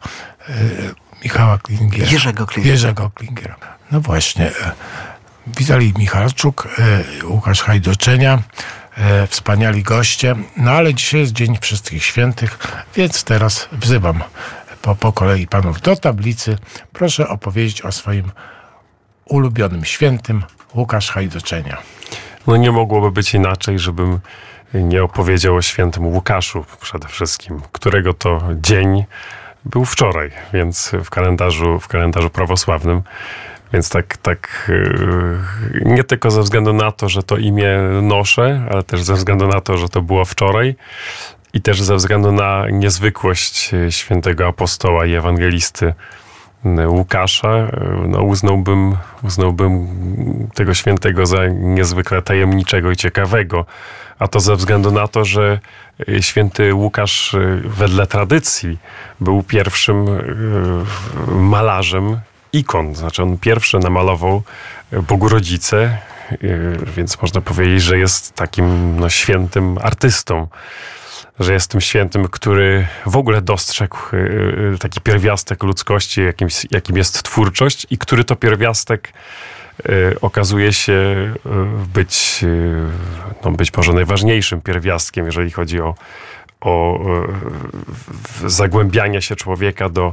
Michała Klingera. Jerzego Klingera. Jerzego Klingera. No właśnie. Witalij Michalczuk, Łukasz Hajdoczenia, wspaniali goście. No ale dzisiaj jest Dzień Wszystkich Świętych, więc teraz wzywam po, po kolei panów do tablicy. Proszę opowiedzieć o swoim ulubionym świętym. Łukasz Hajdoczenia. No nie mogłoby być inaczej, żebym nie opowiedział o świętym Łukaszu przede wszystkim, którego to dzień był wczoraj, więc w kalendarzu, w kalendarzu prawosławnym. Więc tak, tak nie tylko ze względu na to, że to imię noszę, ale też ze względu na to, że to było wczoraj i też ze względu na niezwykłość świętego apostoła i ewangelisty Łukasza, no uznałbym, uznałbym tego świętego za niezwykle tajemniczego i ciekawego. A to ze względu na to, że święty Łukasz wedle tradycji był pierwszym malarzem ikon. Znaczy on pierwszy namalował Bogu Rodzicę, więc można powiedzieć, że jest takim no, świętym artystą. Że jest tym świętym, który w ogóle dostrzegł taki pierwiastek ludzkości, jakim, jakim jest twórczość i który to pierwiastek okazuje się być, no być może najważniejszym pierwiastkiem, jeżeli chodzi o, o zagłębianie się człowieka do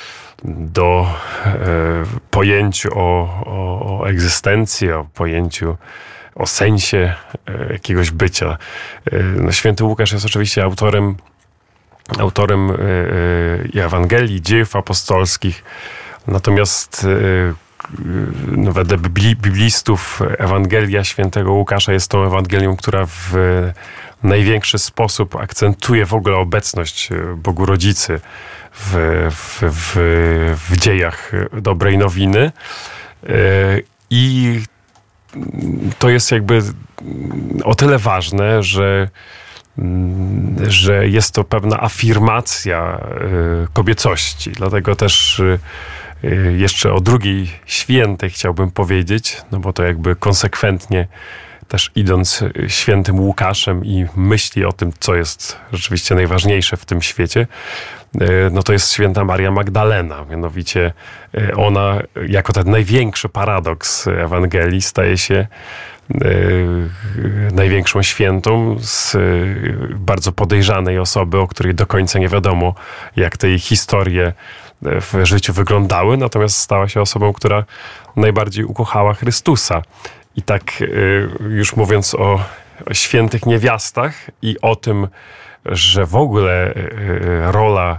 do e, pojęciu o, o, o egzystencji, o pojęciu, o sensie e, jakiegoś bycia. E, no, święty Łukasz jest oczywiście autorem autorem e, Ewangelii, dziejów apostolskich, natomiast e, no, wedle bibli, biblistów Ewangelia świętego Łukasza jest tą Ewangelią, która w największy sposób akcentuje w ogóle obecność Bogu Rodzicy w, w, w, w dziejach dobrej nowiny. I to jest jakby o tyle ważne, że, że jest to pewna afirmacja kobiecości. Dlatego też jeszcze o drugiej świętej chciałbym powiedzieć, no bo to jakby konsekwentnie też idąc świętym Łukaszem i myśli o tym, co jest rzeczywiście najważniejsze w tym świecie, no to jest święta Maria Magdalena. Mianowicie ona, jako ten największy paradoks Ewangelii, staje się największą świętą z bardzo podejrzanej osoby, o której do końca nie wiadomo, jak te jej historie w życiu wyglądały, natomiast stała się osobą, która najbardziej ukochała Chrystusa. I tak już mówiąc o, o świętych niewiastach i o tym, że w ogóle rola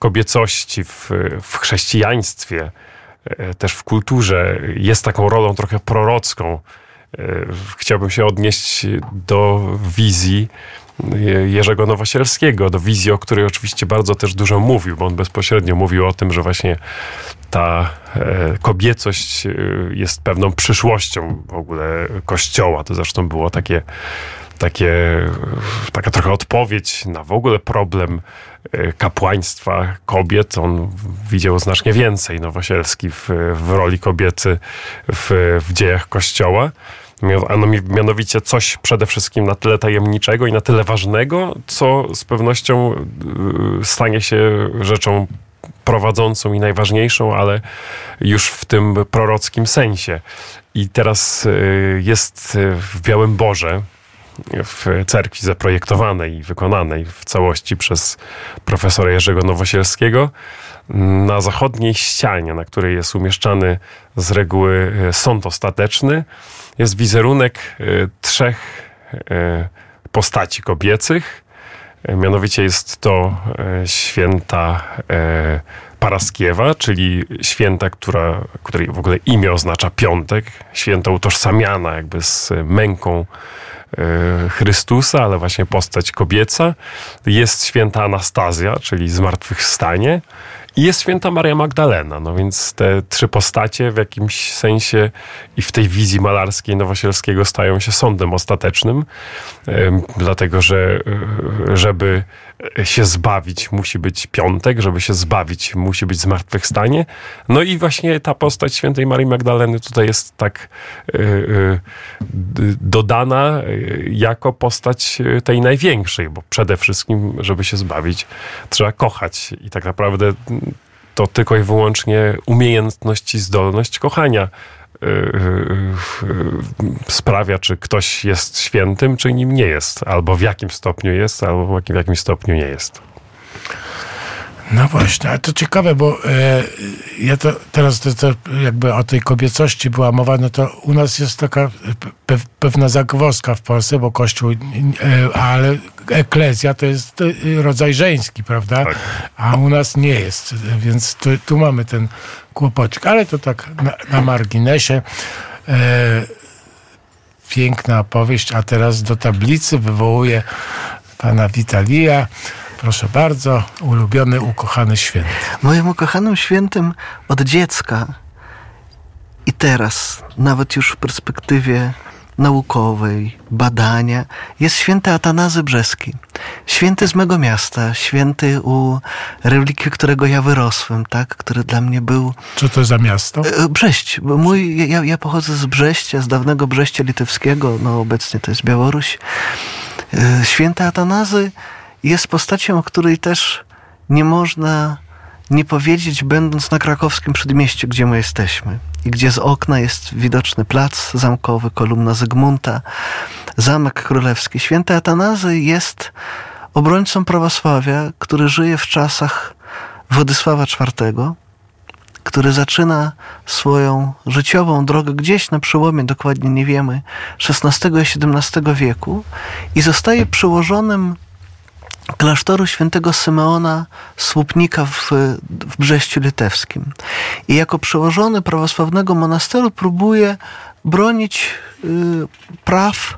kobiecości w, w chrześcijaństwie, też w kulturze jest taką rolą trochę prorocką. Chciałbym się odnieść do wizji Jerzego Nowosielskiego, do wizji, o której oczywiście bardzo też dużo mówił, bo on bezpośrednio mówił o tym, że właśnie ta kobiecość jest pewną przyszłością w ogóle Kościoła. To zresztą było takie, takie, taka trochę odpowiedź na w ogóle problem kapłaństwa kobiet. On widział znacznie więcej, Nowosielski, w, w roli kobiety w, w dziejach Kościoła. Mianowicie coś przede wszystkim na tyle tajemniczego i na tyle ważnego, co z pewnością stanie się rzeczą prowadzącą i najważniejszą, ale już w tym prorockim sensie. I teraz jest w Białym Boże, w cerkwi zaprojektowanej i wykonanej w całości przez profesora Jerzego Nowosielskiego, na zachodniej ścianie, na której jest umieszczany z reguły sąd ostateczny, jest wizerunek trzech postaci kobiecych. Mianowicie jest to święta Paraskiewa, czyli święta, która, której w ogóle imię oznacza piątek. Święta utożsamiana jakby z męką Chrystusa, ale właśnie postać kobieca. Jest święta Anastazja, czyli zmartwychwstanie. I jest święta Maria Magdalena. No więc te trzy postacie w jakimś sensie i w tej wizji malarskiej Nowosielskiego stają się sądem ostatecznym, dlatego że żeby się zbawić, musi być piątek, żeby się zbawić, musi być zmartwychwstanie. No i właśnie ta postać świętej Marii Magdaleny tutaj jest tak dodana jako postać tej największej, bo przede wszystkim, żeby się zbawić, trzeba kochać. I tak naprawdę to tylko i wyłącznie umiejętność i zdolność kochania sprawia, czy ktoś jest świętym, czy nim nie jest. Albo w jakim stopniu jest, albo w jakim stopniu nie jest. No właśnie, ale to ciekawe, bo e, ja to teraz to, to jakby o tej kobiecości była mowa, no to u nas jest taka pe, pewna zagwozdka w Polsce, bo Kościół, e, ale eklezja to jest to rodzaj żeński, prawda? Tak. A u nas nie jest, więc tu, tu mamy ten kłopocik, ale to tak na, na marginesie. E, piękna opowieść, a teraz do tablicy wywołuję pana Witalija. Proszę bardzo, ulubiony, ukochany święty. Moim ukochanym świętym od dziecka i teraz, nawet już w perspektywie naukowej, badania, jest święty Atanazy Brzeski. Święty z mego miasta, święty u religii, którego ja wyrosłem, tak, który dla mnie był... Co to za miasto? Brześć. Bo mój, ja, ja pochodzę z Brześcia, z dawnego Brześcia litewskiego, no obecnie to jest Białoruś. Święty Atanazy jest postacią, o której też nie można nie powiedzieć, będąc na krakowskim przedmieściu, gdzie my jesteśmy. I gdzie z okna jest widoczny plac zamkowy, kolumna Zygmunta, Zamek Królewski. Święty Atanazy jest obrońcą prawosławia, który żyje w czasach Władysława czwartego, który zaczyna swoją życiową drogę gdzieś na przełomie, dokładnie nie wiemy, szesnastego i siedemnastego wieku i zostaje przyłożonym klasztoru świętego Symeona Słupnika w, w Brześciu Litewskim. I jako przełożony prawosławnego monasteru próbuje bronić y, praw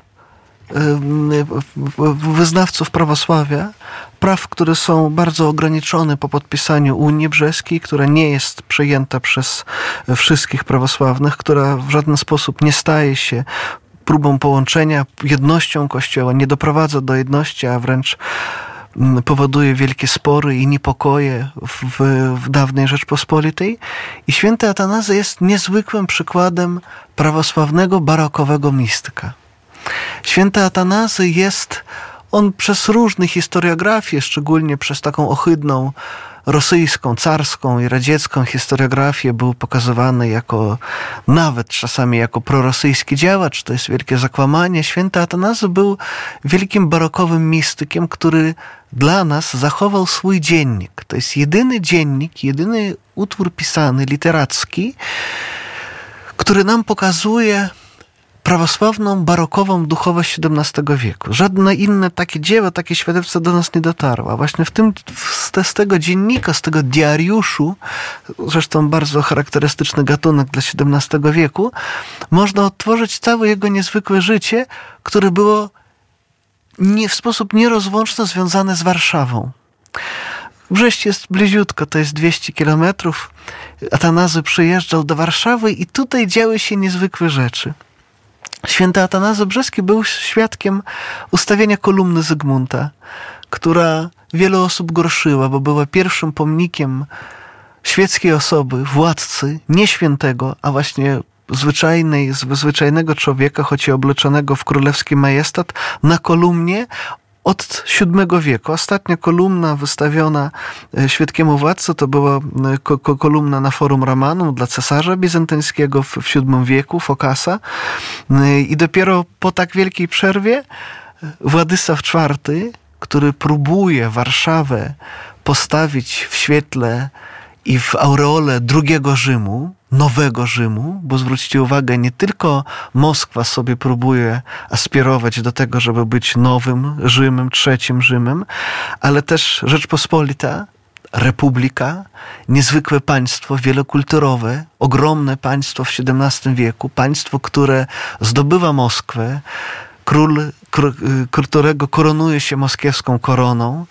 y, wyznawców prawosławia, praw, które są bardzo ograniczone po podpisaniu Unii Brzeskiej, która nie jest przejęta przez wszystkich prawosławnych, która w żaden sposób nie staje się próbą połączenia, jednością Kościoła, nie doprowadza do jedności, a wręcz powoduje wielkie spory i niepokoje w, w, w dawnej Rzeczpospolitej. I święty Atanazy jest niezwykłym przykładem prawosławnego, barokowego mistyka. Święty Atanazy jest, on przez różne historiografie, szczególnie przez taką ohydną rosyjską, carską i radziecką historiografię, był pokazywany jako, nawet czasami jako prorosyjski działacz. To jest wielkie zakłamanie. Święty Atanazy był wielkim barokowym mistykiem, który dla nas zachował swój dziennik. To jest jedyny dziennik, jedyny utwór pisany, literacki, który nam pokazuje prawosławną, barokową duchowość siedemnastego wieku. Żadne inne takie dzieło, takie świadectwo do nas nie dotarło. A właśnie w tym, w te, z tego dziennika, z tego diariuszu, zresztą bardzo charakterystyczny gatunek dla siedemnastego wieku, można odtworzyć całe jego niezwykłe życie, które było nie, w sposób nierozłączny związane z Warszawą. Brześć jest bliziutko, to jest dwieście kilometrów. Atanazy przyjeżdżał do Warszawy i tutaj działy się niezwykłe rzeczy. Święty Atanazy Brzeski był świadkiem ustawienia kolumny Zygmunta, która wiele osób gorszyła, bo była pierwszym pomnikiem świeckiej osoby, władcy, nie świętego, a właśnie zwyczajnej, zwyczajnego człowieka, choć i obleczonego w królewski majestat, na kolumnie od siódmego wieku. Ostatnia kolumna wystawiona świeckiemu władcy to była ko- ko- kolumna na Forum Romanum dla cesarza bizantyńskiego w, w siódmym wieku, Fokasa. I dopiero po tak wielkiej przerwie Władysław czwarty, który próbuje Warszawę postawić w świetle i w aureole drugiego Rzymu, nowego Rzymu, bo zwróćcie uwagę, nie tylko Moskwa sobie próbuje aspirować do tego, żeby być nowym Rzymem, trzecim Rzymem, ale też Rzeczpospolita, republika, niezwykłe państwo wielokulturowe, ogromne państwo w siedemnastym wieku, państwo, które zdobywa Moskwę, król, którego koronuje się moskiewską koroną,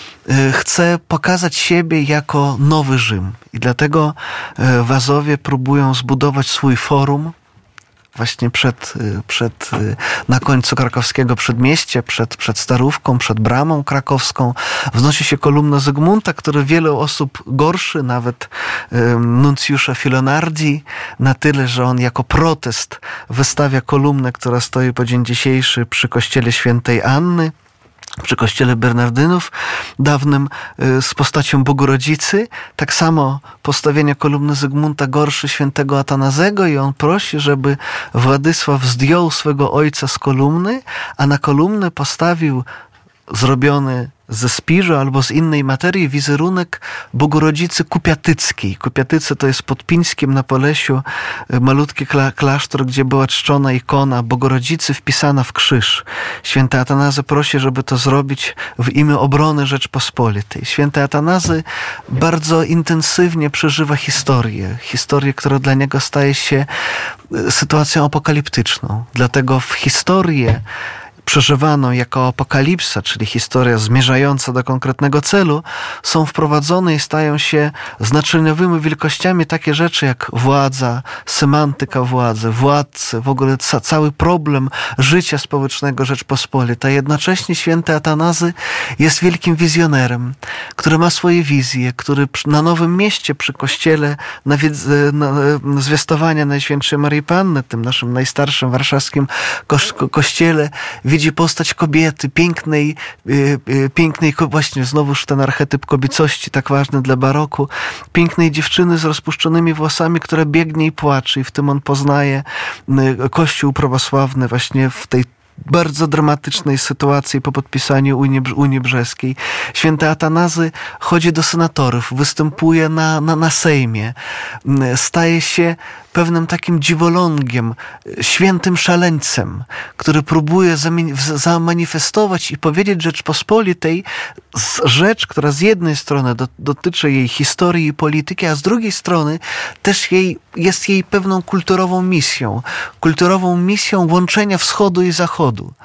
chce pokazać siebie jako nowy Rzym. I dlatego w Azowie próbują zbudować swój forum właśnie przed, przed, na końcu krakowskiego przedmieścia, przed, przed Starówką, przed bramą krakowską. Wznosi się kolumna Zygmunta, który wiele osób gorszy, nawet nuncjusza Filonardii, na tyle, że on jako protest wystawia kolumnę, która stoi po dzień dzisiejszy przy kościele świętej Anny, przy kościele Bernardynów dawnym, z postacią Bogorodzicy. Tak samo postawienie kolumny Zygmunta gorszy świętego Atanazego i on prosi, żeby Władysław zdjął swego ojca z kolumny, a na kolumnę postawił zrobiony ze spiżu albo z innej materii wizerunek Bogorodzicy Kupiatyckiej. Kupiatyce to jest pod Pińskiem na Polesiu malutki kla- klasztor, gdzie była czczona ikona Bogorodzicy wpisana w krzyż. Święty Atanazy prosi, żeby to zrobić w imię obrony Rzeczpospolitej. Święty Atanazy bardzo intensywnie przeżywa historię. Historię, która dla niego staje się sytuacją apokaliptyczną. Dlatego w historię przeżywaną jako apokalipsa, czyli historia zmierzająca do konkretnego celu, są wprowadzone i stają się znaczeniowymi wielkościami takie rzeczy jak władza, semantyka władzy, władcy, w ogóle ca- cały problem życia społecznego Rzeczpospolitej. Jednocześnie święty Atanazy jest wielkim wizjonerem, który ma swoje wizje, który na Nowym Mieście przy kościele na, na, na zwiastowania Najświętszej Maryi Panny, tym naszym najstarszym warszawskim ko- kościele, widzi postać kobiety, pięknej, yy, yy, pięknej, właśnie znowuż ten archetyp kobiecości, tak ważny dla baroku, pięknej dziewczyny z rozpuszczonymi włosami, która biegnie i płacze i w tym on poznaje yy, Kościół prawosławny właśnie w tej bardzo dramatycznej sytuacji po podpisaniu Unii, Unii Brzeskiej. Święty Atanazy chodzi do senatorów, występuje na, na, na Sejmie, staje się pewnym takim dziwolągiem, świętym szaleńcem, który próbuje zamanifestować i powiedzieć Rzeczpospolitej rzecz, która z jednej strony do, dotyczy jej historii i polityki, a z drugiej strony też jej, jest jej pewną kulturową misją. Kulturową misją łączenia wschodu i zachodu.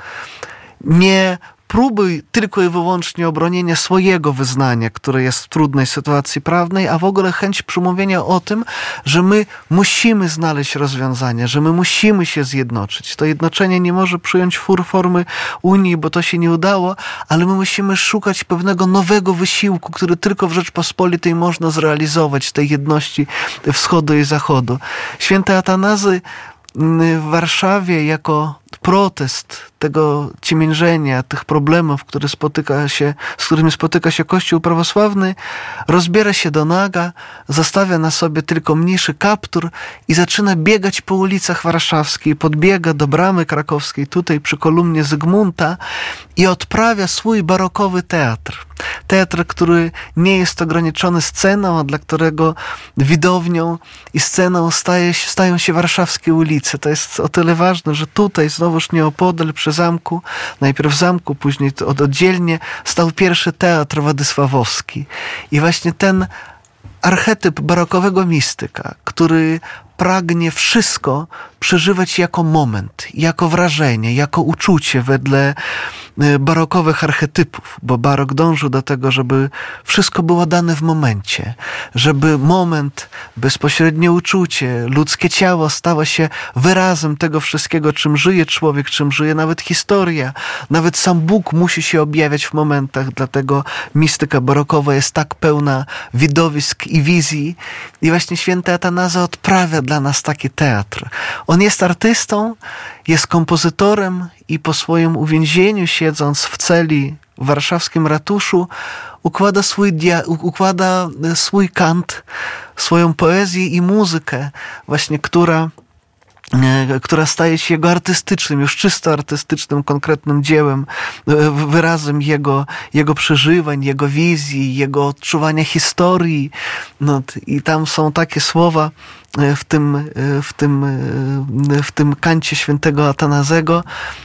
Nie próby tylko i wyłącznie obronienia swojego wyznania, które jest w trudnej sytuacji prawnej, a w ogóle chęć przemówienia o tym, że my musimy znaleźć rozwiązania, że my musimy się zjednoczyć. To jednoczenie nie może przyjąć fur formy Unii, bo to się nie udało, ale my musimy szukać pewnego nowego wysiłku, który tylko w Rzeczpospolitej można zrealizować, tej jedności wschodu i zachodu. Święty Atanazy w Warszawie jako protest tego ciemiężenia, tych problemów, które spotyka się, z którymi spotyka się Kościół prawosławny, rozbiera się do naga, zostawia na sobie tylko mniejszy kaptur i zaczyna biegać po ulicach warszawskiej, podbiega do bramy krakowskiej, tutaj przy kolumnie Zygmunta i odprawia swój barokowy teatr. Teatr, który nie jest ograniczony sceną, a dla którego widownią i sceną staje, stają się warszawskie ulice. To jest o tyle ważne, że tutaj, znowuż nieopodal przy zamku, najpierw w zamku, później oddzielnie, stał pierwszy teatr władysławowski. I właśnie ten archetyp barokowego mistyka, który pragnie wszystko przeżywać jako moment, jako wrażenie, jako uczucie wedle barokowych archetypów, bo barok dążył do tego, żeby wszystko było dane w momencie, żeby moment, bezpośrednie uczucie, ludzkie ciało stało się wyrazem tego wszystkiego, czym żyje człowiek, czym żyje nawet historia. Nawet sam Bóg musi się objawiać w momentach, dlatego mistyka barokowa jest tak pełna widowisk i wizji. I właśnie święty Atanazy odprawia dla nas taki teatr. On jest artystą, jest kompozytorem i po swoim uwięzieniu, siedząc w celi w warszawskim ratuszu, układa swój, dia- układa swój kant, swoją poezję i muzykę, właśnie która która staje się jego artystycznym, już czysto artystycznym, konkretnym dziełem, wyrazem jego, jego przeżywań, jego wizji, jego odczuwania historii. No, i tam są takie słowa w tym, w tym, w tym kancie świętego Atanazego,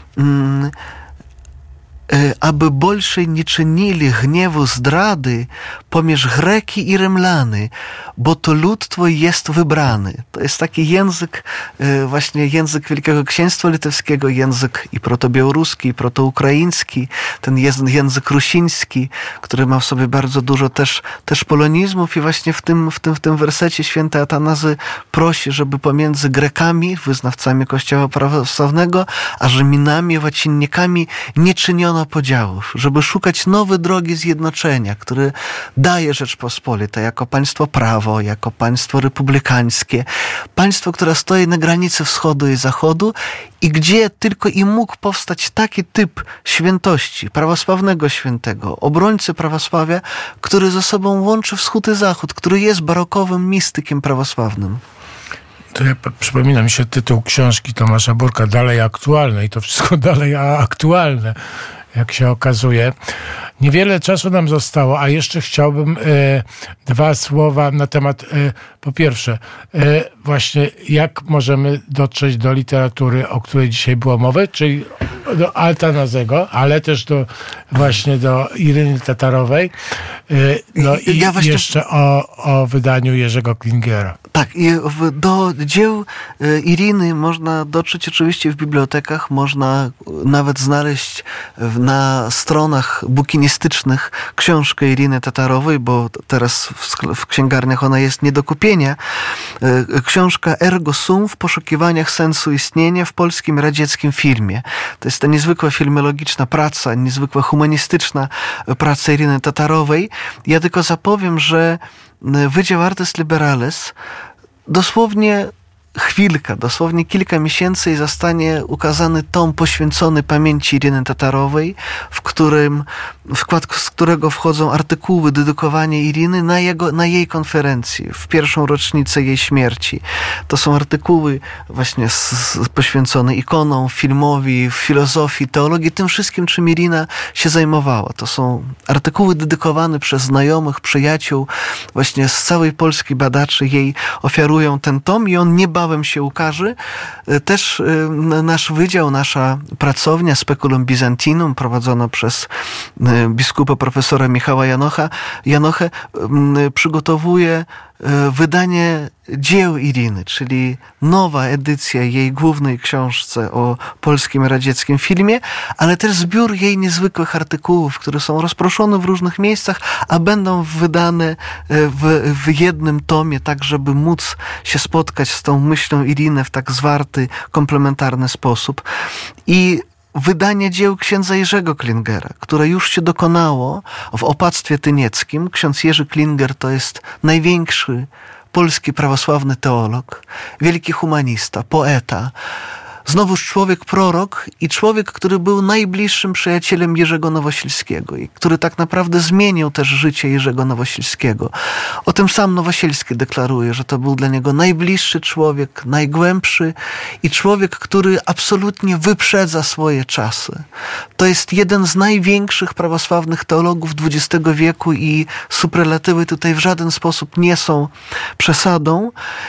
aby больше nie czynili gniewu zdrady pomież Greki i Rymlany, bo to lud twój jest wybrany. To jest taki język, właśnie język Wielkiego Księstwa Litewskiego, język i protobiałoruski, i protoukraiński, ten język rusiński, który ma w sobie bardzo dużo też, też polonizmów i właśnie w tym, w tym, w tym wersecie święty Atanazy prosi, żeby pomiędzy Grekami, wyznawcami Kościoła prawosławnego, a Rzyminami, łacinnikami nie czyniono podziałów, żeby szukać nowej drogi zjednoczenia, który daje Rzeczpospolite jako państwo prawo, jako państwo republikańskie, państwo, które stoi na granicy wschodu i zachodu i gdzie tylko i mógł powstać taki typ świętości, prawosławnego świętego, obrońcy prawosławia, który ze sobą łączy wschód i zachód, który jest barokowym mistykiem prawosławnym. To ja, przypomina mi się tytuł książki Tomasza Burka, dalej aktualne i to wszystko dalej aktualne, jak się okazuje. Niewiele czasu nam zostało, a jeszcze chciałbym e, dwa słowa na temat, e, po pierwsze, e, właśnie jak możemy dotrzeć do literatury, o której dzisiaj było mowy, czyli do Atanazego, ale też do właśnie do Iryny Tatarowej, e, no i ja właśnie... jeszcze o, o wydaniu Jerzego Klingera. Tak, i do dzieł Iriny można dotrzeć oczywiście w bibliotekach, można nawet znaleźć na stronach bukinistycznych książkę Iriny Tatarowej, bo teraz w, w księgarniach ona jest nie do kupienia. Książka Ergo Sum w poszukiwaniach sensu istnienia w polskim radzieckim filmie. To jest ta niezwykła filmologiczna praca, niezwykła humanistyczna praca Iriny Tatarowej. Ja tylko zapowiem, że Wydział Artes Liberales dosłownie chwilka, dosłownie kilka miesięcy i zostanie ukazany tom poświęcony pamięci Iryny Tatarowej, w którym, w skład z którego wchodzą artykuły dedykowane Iryny na, jego, na jej konferencji, w pierwszą rocznicę jej śmierci. To są artykuły właśnie z, z, poświęcone ikonom, filmowi, filozofii, teologii, tym wszystkim, czym Iryna się zajmowała. To są artykuły dedykowane przez znajomych, przyjaciół, właśnie z całej Polski badaczy jej ofiarują ten tom i on niebawem się ukaże. Też nasz wydział, nasza pracownia Speculum Byzantinum, prowadzona przez biskupa profesora Michała Janocha, Janochę, przygotowuje wydanie dzieł Iryny, czyli nowa edycja jej głównej książce o polskim radzieckim filmie, ale też zbiór jej niezwykłych artykułów, które są rozproszone w różnych miejscach, a będą wydane w, w jednym tomie, tak żeby móc się spotkać z tą myślą Iryny w tak zwarty, komplementarny sposób. I wydanie dzieł księdza Jerzego Klingera, które już się dokonało w opactwie tynieckim. Ksiądz Jerzy Klinger to jest największy polski prawosławny teolog, wielki humanista, poeta, znowuż człowiek prorok i człowiek, który był najbliższym przyjacielem Jerzego Nowosielskiego i który tak naprawdę zmienił też życie Jerzego Nowosielskiego. O tym sam Nowosielski deklaruje, że to był dla niego najbliższy człowiek, najgłębszy i człowiek, który absolutnie wyprzedza swoje czasy. To jest jeden z największych prawosławnych teologów dwudziestego wieku i superlatywy tutaj w żaden sposób nie są przesadą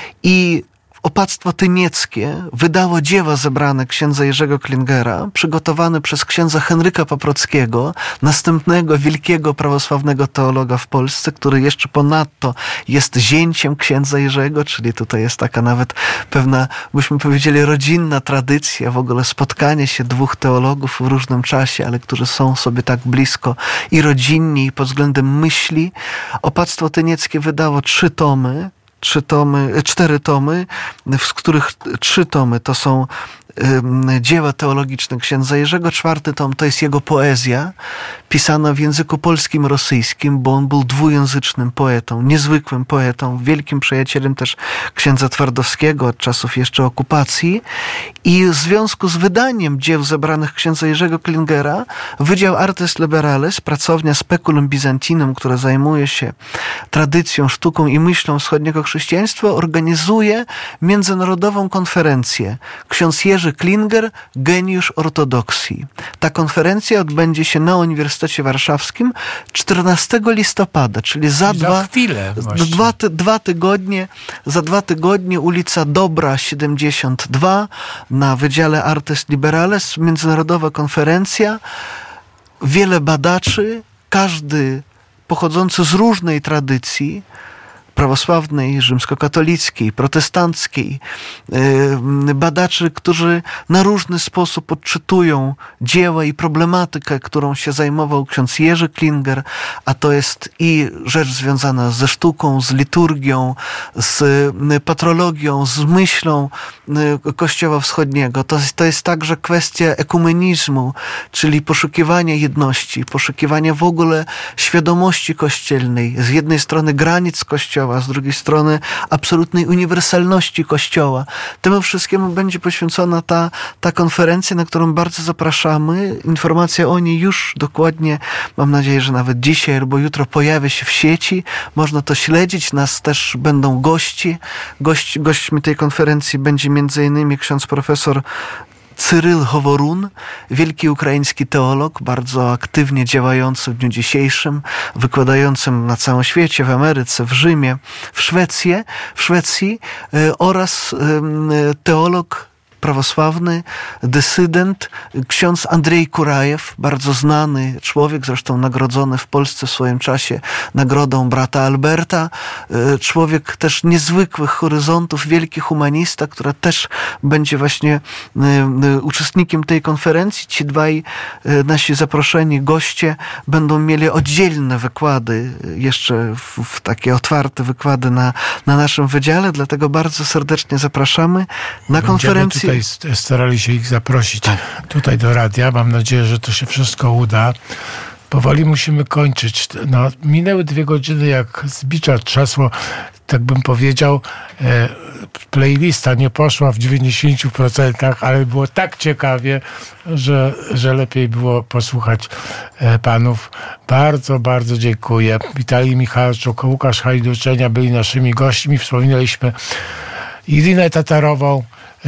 i Opactwo Tynieckie wydało dzieła zebrane księdza Jerzego Klingera, przygotowane przez księdza Henryka Paprockiego, następnego wielkiego prawosławnego teologa w Polsce, który jeszcze ponadto jest zięciem księdza Jerzego, czyli tutaj jest taka nawet pewna, byśmy powiedzieli, rodzinna tradycja, w ogóle spotkanie się dwóch teologów w różnym czasie, ale którzy są sobie tak blisko i rodzinni, i pod względem myśli. Opactwo Tynieckie wydało trzy tomy, Trzy tomy, cztery tomy, z których trzy tomy to są dzieła teologiczne księdza Jerzego. Czwarty tom to jest jego poezja, pisana w języku polskim, rosyjskim, bo on był dwujęzycznym poetą, niezwykłym poetą, wielkim przyjacielem też księdza Twardowskiego od czasów jeszcze okupacji. I w związku z wydaniem dzieł zebranych księdza Jerzego Klingera, Wydział Artes Liberales, pracownia Speculum Byzantinum, która zajmuje się tradycją, sztuką i myślą wschodniego chrześcijaństwa, organizuje międzynarodową konferencję Ksiądz Jerzy Klinger, geniusz ortodoksji. Ta konferencja odbędzie się na Uniwersytecie Warszawskim czternastego listopada, czyli za, za dwa, chwilę dwa, ty, dwa tygodnie, za dwa tygodnie ulica Dobra siedemdziesiąt dwa na Wydziale Artes Liberales, międzynarodowa konferencja, wiele badaczy, każdy pochodzący z różnej tradycji, prawosławnej, rzymskokatolickiej, protestanckiej, badaczy, którzy na różny sposób odczytują dzieła i problematykę, którą się zajmował ksiądz Jerzy Klinger, a to jest i rzecz związana ze sztuką, z liturgią, z patrologią, z myślą Kościoła Wschodniego. To, to jest także kwestia ekumenizmu, czyli poszukiwania jedności, poszukiwania w ogóle świadomości kościelnej. Z jednej strony granic Kościoła, a z drugiej strony absolutnej uniwersalności Kościoła. Temu wszystkiemu będzie poświęcona ta, ta konferencja, na którą bardzo zapraszamy. Informacja o niej już dokładnie, mam nadzieję, że nawet dzisiaj albo jutro pojawia się w sieci. Można to śledzić. Nas też będą gości. Gość, gośćmi tej konferencji będzie między innymi ksiądz profesor Cyryl Hovorun, wielki ukraiński teolog, bardzo aktywnie działający w dniu dzisiejszym, wykładającym na całym świecie, w Ameryce, w Rzymie, w Szwecji, w Szwecji oraz teolog prawosławny, dysydent, ksiądz Andrzej Kurajew, bardzo znany człowiek, zresztą nagrodzony w Polsce w swoim czasie nagrodą brata Alberta, człowiek też niezwykłych horyzontów, wielki humanista, która też będzie właśnie uczestnikiem tej konferencji. Ci dwaj nasi zaproszeni goście będą mieli oddzielne wykłady, jeszcze w, w takie otwarte wykłady na, na naszym wydziale, dlatego bardzo serdecznie zapraszamy na konferencję. Starali się ich zaprosić tak. tutaj do radia. Mam nadzieję, że to się wszystko uda. Powoli musimy kończyć. No, minęły dwie godziny, jak z bicza trzasło, tak bym powiedział. E, playlista nie poszła w dziewięćdziesięciu procentach, ale było tak ciekawie, że, że lepiej było posłuchać e, panów. Bardzo, bardzo dziękuję. Witalij Michalczuk, Łukasz Hajduczenia byli naszymi gośćmi. Wspominaliśmy Irinę Tatarową.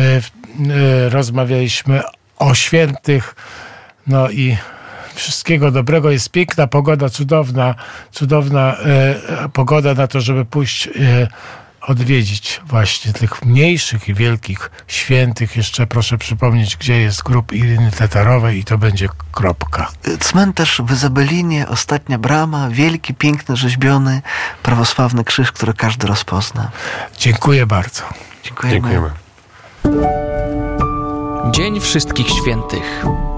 Rozmawialiśmy o świętych, no i wszystkiego dobrego. Jest piękna pogoda, cudowna, cudowna e, pogoda na to, żeby pójść e, odwiedzić właśnie tych mniejszych i wielkich świętych. Jeszcze proszę przypomnieć, gdzie jest grób Iriny Tatarowej i to będzie kropka. Cmentarz w Izabelinie, ostatnia brama, wielki, piękny, rzeźbiony, prawosławny krzyż, który każdy rozpozna. Dziękuję bardzo. Dziękujemy. Dziękujemy. Dzień Wszystkich Świętych.